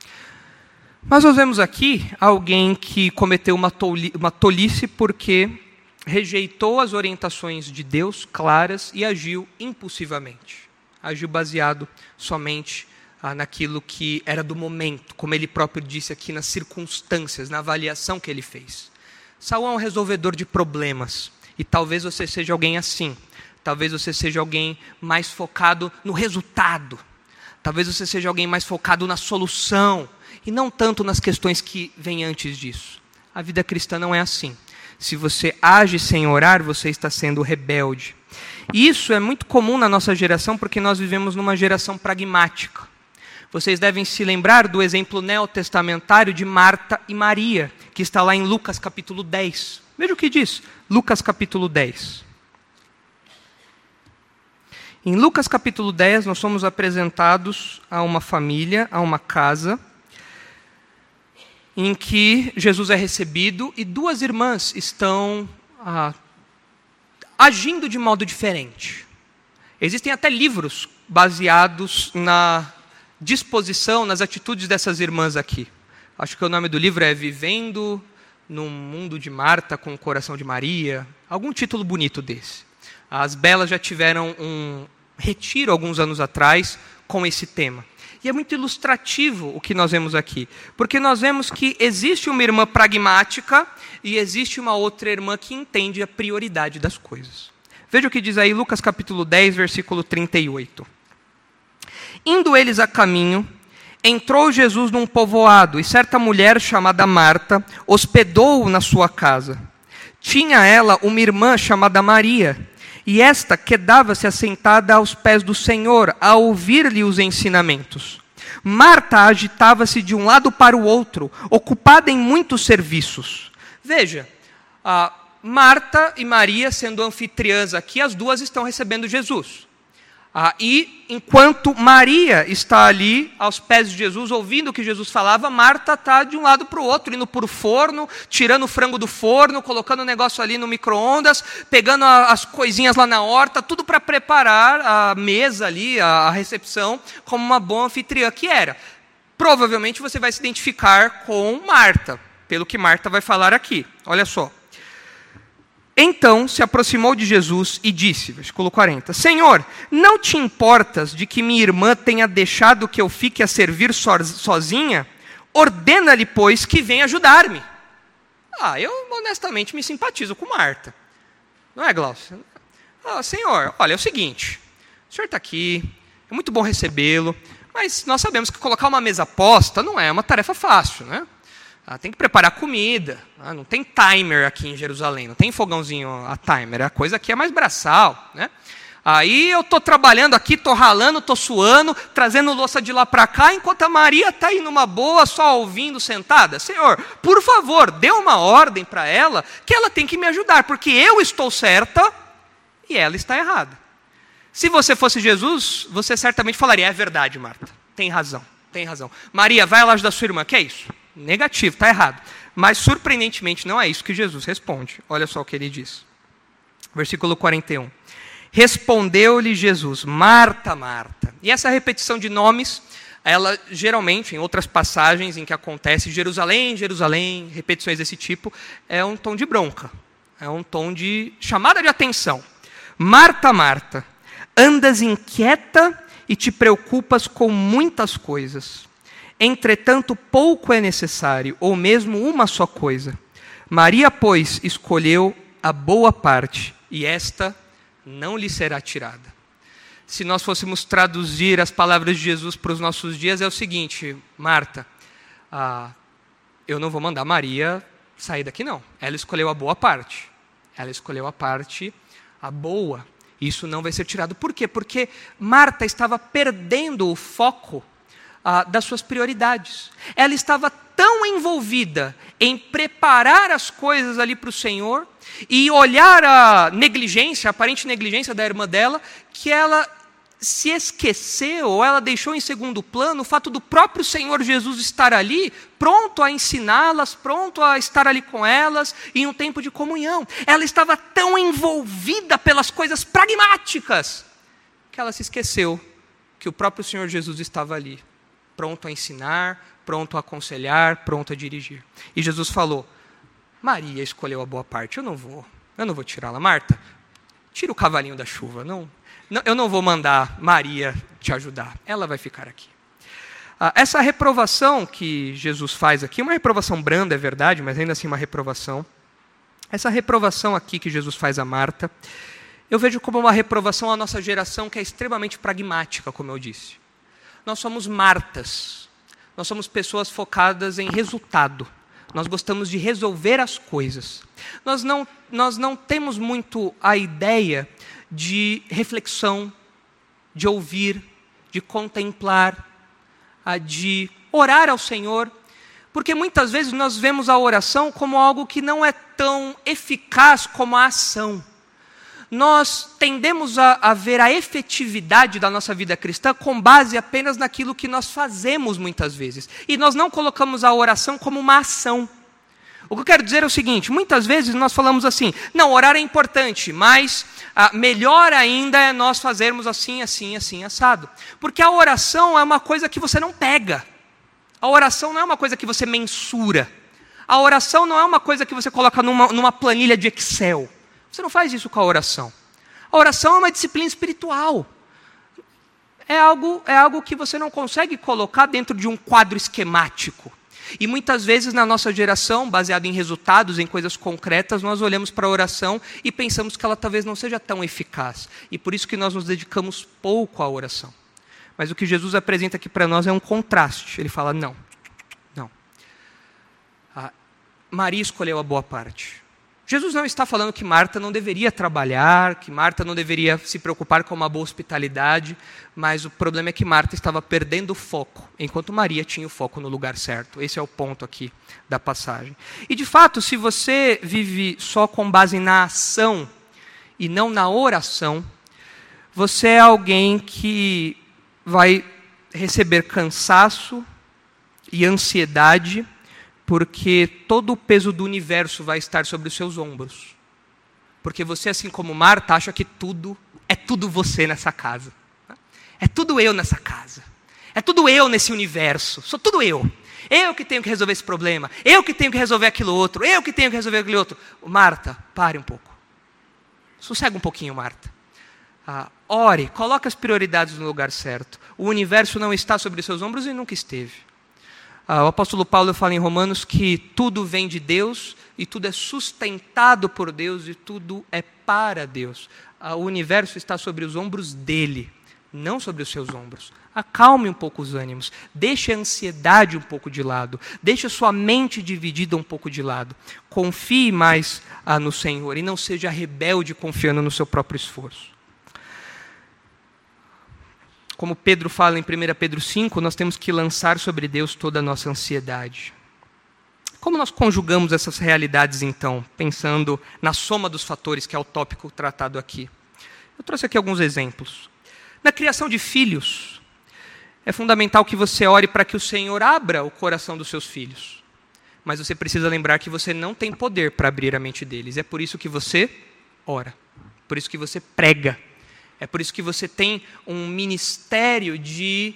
Mas nós vemos aqui alguém que cometeu uma tolice porque rejeitou as orientações de Deus claras e agiu impulsivamente. Agiu baseado somente naquilo que era do momento, como ele próprio disse aqui, nas circunstâncias, na avaliação que ele fez. Saul é um resolvedor de problemas, e talvez você seja alguém assim. Talvez você seja alguém mais focado no resultado. Talvez você seja alguém mais focado na solução, e não tanto nas questões que vêm antes disso. A vida cristã não é assim. Se você age sem orar, você está sendo rebelde. E isso é muito comum na nossa geração, porque nós vivemos numa geração pragmática. Vocês devem se lembrar do exemplo neotestamentário de Marta e Maria, que está lá em Lucas capítulo 10. Veja o que diz, Lucas capítulo 10. Em Lucas capítulo 10, nós somos apresentados a uma família, a uma casa, em que Jesus é recebido e duas irmãs estão agindo de modo diferente. Existem até livros baseados na disposição, nas atitudes dessas irmãs aqui. Acho que o nome do livro é Vivendo no Mundo de Marta com o Coração de Maria. Algum título bonito desse. As Belas já tiveram um retiro alguns anos atrás com esse tema. E é muito ilustrativo o que nós vemos aqui, porque nós vemos que existe uma irmã pragmática e existe uma outra irmã que entende a prioridade das coisas. Veja o que diz aí Lucas capítulo 10, versículo 38. Indo eles a caminho, entrou Jesus num povoado, e certa mulher chamada Marta hospedou-o na sua casa. Tinha ela uma irmã chamada Maria, e esta quedava-se assentada aos pés do Senhor, a ouvir-lhe os ensinamentos. Marta agitava-se de um lado para o outro, ocupada em muitos serviços. Veja, Marta e Maria, sendo anfitriãs aqui, as duas estão recebendo Jesus. E enquanto Maria está ali aos pés de Jesus, ouvindo o que Jesus falava, Marta está de um lado para o outro, indo para o forno, tirando o frango do forno, colocando o negócio ali no micro-ondas, pegando as coisinhas lá na horta, tudo para preparar a mesa ali, a recepção, como uma boa anfitriã que era. Provavelmente você vai se identificar com Marta, pelo que Marta vai falar aqui. Olha só. Então se aproximou de Jesus e disse, versículo 40, Senhor, não te importas de que minha irmã tenha deixado que eu fique a servir sozinha? Ordena-lhe, pois, que venha ajudar-me. Eu honestamente me simpatizo com Marta. Não é, Glaucio? Senhor, olha, é o seguinte, o senhor está aqui, é muito bom recebê-lo, mas nós sabemos que colocar uma mesa posta não é uma tarefa fácil, né? Tem que preparar comida, não tem timer aqui em Jerusalém, não tem fogãozinho a timer, a coisa aqui é mais braçal, né? Aí eu estou trabalhando aqui, estou ralando, estou suando, trazendo louça de lá para cá, enquanto a Maria está aí numa boa, só ouvindo, sentada. Senhor, por favor, dê uma ordem para ela, que ela tem que me ajudar, porque eu estou certa e ela está errada. Se você fosse Jesus, você certamente falaria, é verdade, Marta, tem razão. Maria, vai lá ajudar sua irmã, que é isso? Negativo, está errado. Mas, surpreendentemente, não é isso que Jesus responde. Olha só o que ele diz. Versículo 41. Respondeu-lhe Jesus, Marta, Marta. E essa repetição de nomes, ela geralmente, em outras passagens em que acontece Jerusalém, Jerusalém, repetições desse tipo, é um tom de bronca. É um tom de chamada de atenção. Marta, Marta, andas inquieta e te preocupas com muitas coisas. Entretanto, pouco é necessário, ou mesmo uma só coisa. Maria, pois, escolheu a boa parte, e esta não lhe será tirada. Se nós fôssemos traduzir as palavras de Jesus para os nossos dias, é o seguinte, Marta, eu não vou mandar Maria sair daqui, não. Ela escolheu a boa parte. Ela escolheu a parte, a boa. Isso não vai ser tirado. Por quê? Porque Marta estava perdendo o foco das suas prioridades. Ela estava tão envolvida em preparar as coisas ali para o Senhor e olhar a negligência, a aparente negligência da irmã dela, que ela se esqueceu, ou ela deixou em segundo plano o fato do próprio Senhor Jesus estar ali, pronto a ensiná-las, pronto a estar ali com elas, em um tempo de comunhão. Ela estava tão envolvida pelas coisas pragmáticas, que ela se esqueceu que o próprio Senhor Jesus estava ali, pronto a ensinar, pronto a aconselhar, pronto a dirigir. E Jesus falou, Maria escolheu a boa parte, eu não vou tirá-la. Marta, tira o cavalinho da chuva, eu não vou mandar Maria te ajudar, ela vai ficar aqui. Essa reprovação que Jesus faz aqui, uma reprovação branda, é verdade, mas ainda assim uma reprovação. Essa reprovação aqui que Jesus faz a Marta, eu vejo como uma reprovação à nossa geração que é extremamente pragmática, como eu disse. Nós somos Martas, nós somos pessoas focadas em resultado. Nós gostamos de resolver as coisas. Nós não temos muito a ideia de reflexão, de ouvir, de contemplar, de orar ao Senhor, porque muitas vezes nós vemos a oração como algo que não é tão eficaz como a ação. Nós tendemos a ver a efetividade da nossa vida cristã com base apenas naquilo que nós fazemos muitas vezes. E nós não colocamos a oração como uma ação. O que eu quero dizer é o seguinte, muitas vezes nós falamos assim, não, orar é importante, mas melhor ainda é nós fazermos assim, assim, assim, assado. Porque a oração é uma coisa que você não pega. A oração não é uma coisa que você mensura. A oração não é uma coisa que você coloca numa planilha de Excel. Você não faz isso com a oração. A oração é uma disciplina espiritual. É algo que você não consegue colocar dentro de um quadro esquemático. E muitas vezes na nossa geração, baseado em resultados, em coisas concretas, nós olhamos para a oração e pensamos que ela talvez não seja tão eficaz. E por isso que nós nos dedicamos pouco à oração. Mas o que Jesus apresenta aqui para nós é um contraste. Ele fala, não. Maria escolheu a boa parte. Jesus não está falando que Marta não deveria trabalhar, que Marta não deveria se preocupar com uma boa hospitalidade, mas o problema é que Marta estava perdendo o foco, enquanto Maria tinha o foco no lugar certo. Esse é o ponto aqui da passagem. E de fato, se você vive só com base na ação e não na oração, você é alguém que vai receber cansaço e ansiedade, porque todo o peso do universo vai estar sobre os seus ombros. Porque você, assim como Marta, acha que tudo é tudo você nessa casa. É tudo eu nessa casa. É tudo eu nesse universo. Sou tudo eu. Eu que tenho que resolver esse problema. Eu que tenho que resolver aquilo outro. Eu que tenho que resolver aquele outro. Marta, pare um pouco. Sossega um pouquinho, Marta. Ore, coloque as prioridades no lugar certo. O universo não está sobre seus ombros e nunca esteve. O apóstolo Paulo fala em Romanos que tudo vem de Deus e tudo é sustentado por Deus e tudo é para Deus. O universo está sobre os ombros dele, não sobre os seus ombros. Acalme um pouco os ânimos, deixe a ansiedade um pouco de lado, deixe a sua mente dividida um pouco de lado. Confie mais no Senhor e não seja rebelde confiando no seu próprio esforço. Como Pedro fala em 1 Pedro 5, nós temos que lançar sobre Deus toda a nossa ansiedade. Como nós conjugamos essas realidades, então, pensando na soma dos fatores, que é o tópico tratado aqui? Eu trouxe aqui alguns exemplos. Na criação de filhos, é fundamental que você ore para que o Senhor abra o coração dos seus filhos. Mas você precisa lembrar que você não tem poder para abrir a mente deles. É por isso que você ora, por isso que você prega. É por isso que você tem um ministério de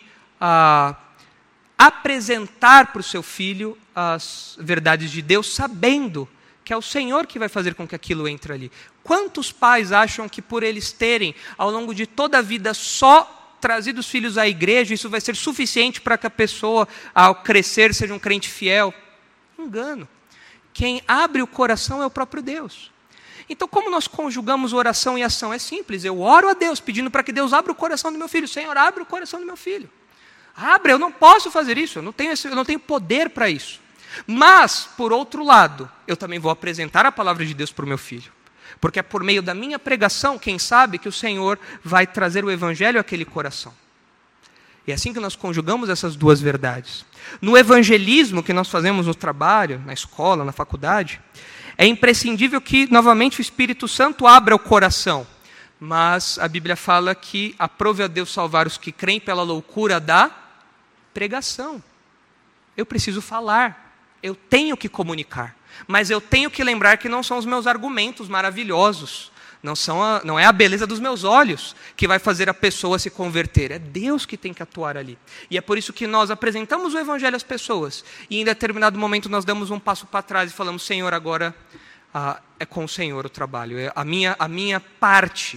apresentar para o seu filho as verdades de Deus, sabendo que é o Senhor que vai fazer com que aquilo entre ali. Quantos pais acham que por eles terem, ao longo de toda a vida, só trazido os filhos à igreja, isso vai ser suficiente para que a pessoa, ao crescer, seja um crente fiel? Engano. Quem abre o coração é o próprio Deus. Então, como nós conjugamos oração e ação? É simples, eu oro a Deus, pedindo para que Deus abra o coração do meu filho. Senhor, abre o coração do meu filho. Abre, eu não posso fazer isso, eu não tenho poder para isso. Mas, por outro lado, eu também vou apresentar a palavra de Deus para o meu filho. Porque é por meio da minha pregação, quem sabe, que o Senhor vai trazer o evangelho àquele coração. E é assim que nós conjugamos essas duas verdades. No evangelismo que nós fazemos no trabalho, na escola, na faculdade, é imprescindível que, novamente, o Espírito Santo abra o coração. Mas a Bíblia fala que aprove a Deus salvar os que creem pela loucura da pregação. Eu preciso falar, eu tenho que comunicar. Mas eu tenho que lembrar que não são os meus argumentos maravilhosos, não é a beleza dos meus olhos que vai fazer a pessoa se converter. É Deus que tem que atuar ali. E é por isso que nós apresentamos o Evangelho às pessoas. E em determinado momento nós damos um passo para trás e falamos, Senhor, agora é com o Senhor o trabalho. A minha parte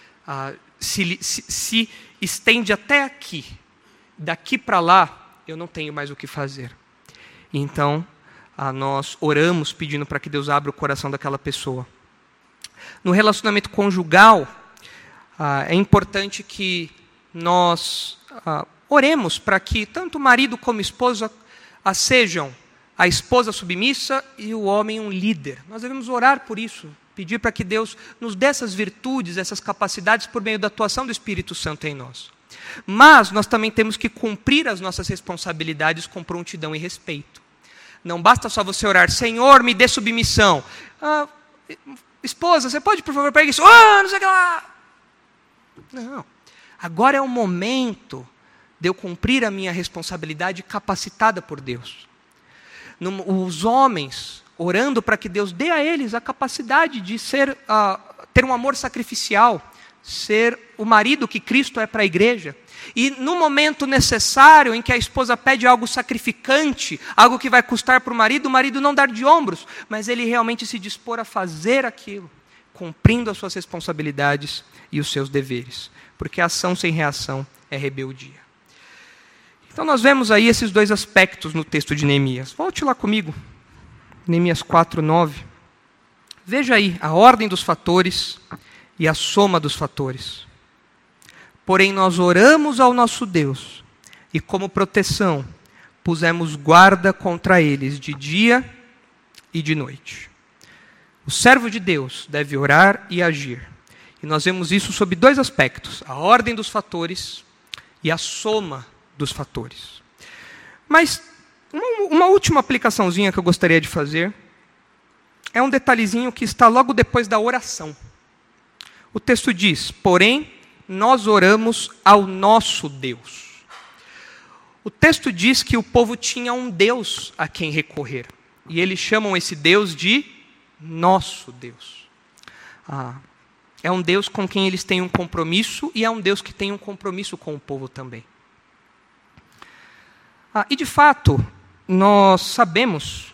se estende até aqui. Daqui para lá, eu não tenho mais o que fazer. Então, nós oramos pedindo para que Deus abra o coração daquela pessoa. No relacionamento conjugal, é importante que nós oremos para que tanto o marido como a esposa sejam a esposa submissa e o homem um líder. Nós devemos orar por isso, pedir para que Deus nos dê essas virtudes, essas capacidades por meio da atuação do Espírito Santo em nós. Mas nós também temos que cumprir as nossas responsabilidades com prontidão e respeito. Não basta só você orar, Senhor, me dê submissão. Esposa, você pode, por favor, pegar isso? Não sei o que lá. Não. Agora é o momento de eu cumprir a minha responsabilidade capacitada por Deus. Os homens orando para que Deus dê a eles a capacidade de ter um amor sacrificial, ser o marido que Cristo é para a igreja. E no momento necessário em que a esposa pede algo sacrificante, algo que vai custar para o marido não dar de ombros, mas ele realmente se dispor a fazer aquilo, cumprindo as suas responsabilidades e os seus deveres. Porque a ação sem reação é rebeldia. Então nós vemos aí esses dois aspectos no texto de Neemias. Volte lá comigo, Neemias 4:9. Veja aí a ordem dos fatores e a soma dos fatores. Porém, nós oramos ao nosso Deus, e como proteção, pusemos guarda contra eles de dia e de noite. O servo de Deus deve orar e agir. E nós vemos isso sob dois aspectos, a ordem dos fatores e a soma dos fatores. Mas uma última aplicaçãozinha que eu gostaria de fazer é um detalhezinho que está logo depois da oração. O texto diz, porém, nós oramos ao nosso Deus. O texto diz que o povo tinha um Deus a quem recorrer. E eles chamam esse Deus de nosso Deus. É um Deus com quem eles têm um compromisso e é um Deus que tem um compromisso com o povo também. E de fato, nós sabemos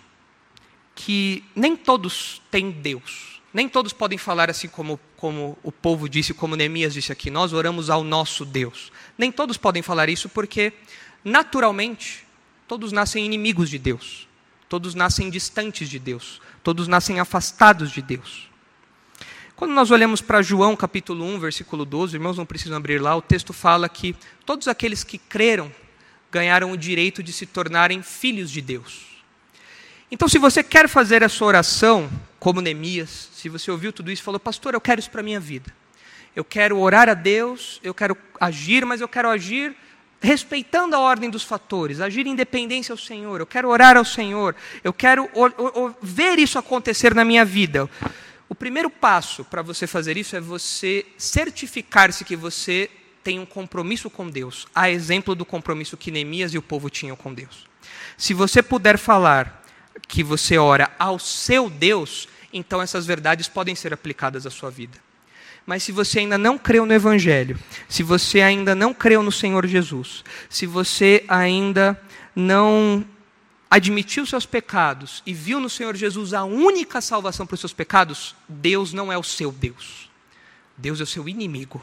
que nem todos têm Deus. Nem todos podem falar assim como o povo disse, como Neemias disse aqui, nós oramos ao nosso Deus. Nem todos podem falar isso porque, naturalmente, todos nascem inimigos de Deus. Todos nascem distantes de Deus. Todos nascem afastados de Deus. Quando nós olhamos para João capítulo 1, versículo 12, irmãos não precisam abrir lá, o texto fala que todos aqueles que creram ganharam o direito de se tornarem filhos de Deus. Então, se você quer fazer a sua oração, como Neemias, se você ouviu tudo isso e falou, pastor, eu quero isso para a minha vida. Eu quero orar a Deus, eu quero agir, mas eu quero agir respeitando a ordem dos fatores, agir em dependência ao Senhor, eu quero orar ao Senhor, eu quero ver isso acontecer na minha vida. O primeiro passo para você fazer isso é você certificar-se que você tem um compromisso com Deus, a exemplo do compromisso que Neemias e o povo tinham com Deus. Se você puder falar que você ora ao seu Deus, então essas verdades podem ser aplicadas à sua vida. Mas se você ainda não creu no Evangelho, se você ainda não creu no Senhor Jesus, se você ainda não admitiu seus pecados e viu no Senhor Jesus a única salvação para os seus pecados, Deus não é o seu Deus. Deus é o seu inimigo.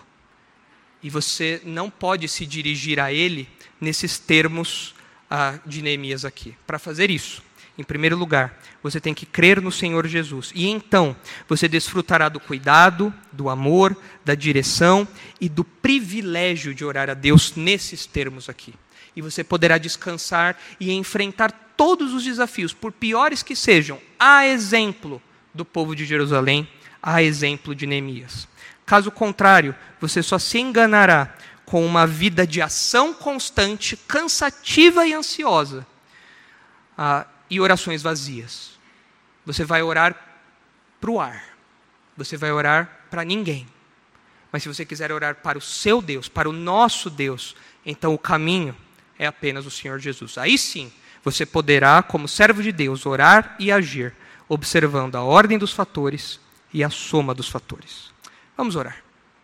E você não pode se dirigir a Ele nesses termos de Neemias aqui. Para fazer isso, em primeiro lugar, você tem que crer no Senhor Jesus. E então, você desfrutará do cuidado, do amor, da direção e do privilégio de orar a Deus nesses termos aqui. E você poderá descansar e enfrentar todos os desafios, por piores que sejam, a exemplo do povo de Jerusalém, a exemplo de Neemias. Caso contrário, você só se enganará com uma vida de ação constante, cansativa e ansiosa, e orações vazias. Você vai orar para o ar. Você vai orar para ninguém. Mas se você quiser orar para o seu Deus, para o nosso Deus, então o caminho é apenas o Senhor Jesus. Aí sim, você poderá, como servo de Deus, orar e agir, observando a ordem dos fatores e a soma dos fatores. Vamos orar.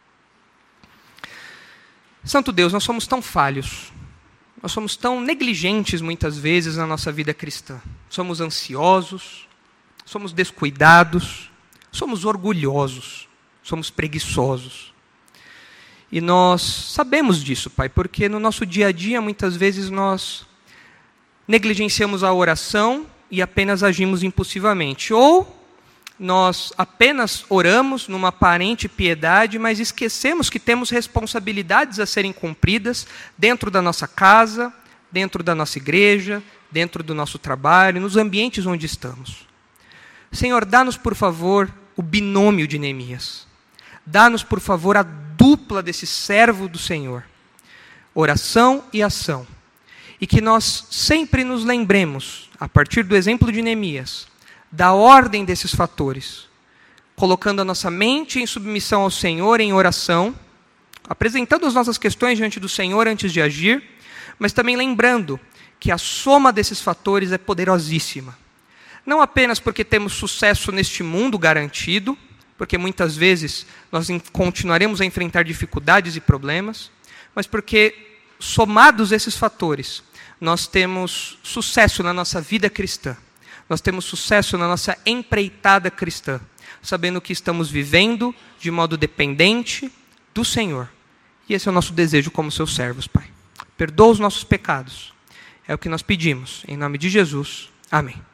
Santo Deus, nós somos tão falhos. Nós somos tão negligentes muitas vezes na nossa vida cristã. Somos ansiosos, somos descuidados, somos orgulhosos, somos preguiçosos. E nós sabemos disso, Pai, porque no nosso dia a dia muitas vezes nós negligenciamos a oração e apenas agimos impulsivamente. Ou nós apenas oramos numa aparente piedade, mas esquecemos que temos responsabilidades a serem cumpridas dentro da nossa casa, dentro da nossa igreja, dentro do nosso trabalho, nos ambientes onde estamos. Senhor, dá-nos, por favor, o binômio de Neemias. Dá-nos, por favor, a dupla desse servo do Senhor. Oração e ação. E que nós sempre nos lembremos, a partir do exemplo de Neemias, da ordem desses fatores, colocando a nossa mente em submissão ao Senhor em oração, apresentando as nossas questões diante do Senhor antes de agir, mas também lembrando que a soma desses fatores é poderosíssima. Não apenas porque temos sucesso neste mundo garantido, porque muitas vezes nós continuaremos a enfrentar dificuldades e problemas, mas porque, somados esses fatores, nós temos sucesso na nossa vida cristã. Nós temos sucesso na nossa empreitada cristã, sabendo que estamos vivendo de modo dependente do Senhor. E esse é o nosso desejo como seus servos, Pai. Perdoa os nossos pecados. É o que nós pedimos. Em nome de Jesus. Amém.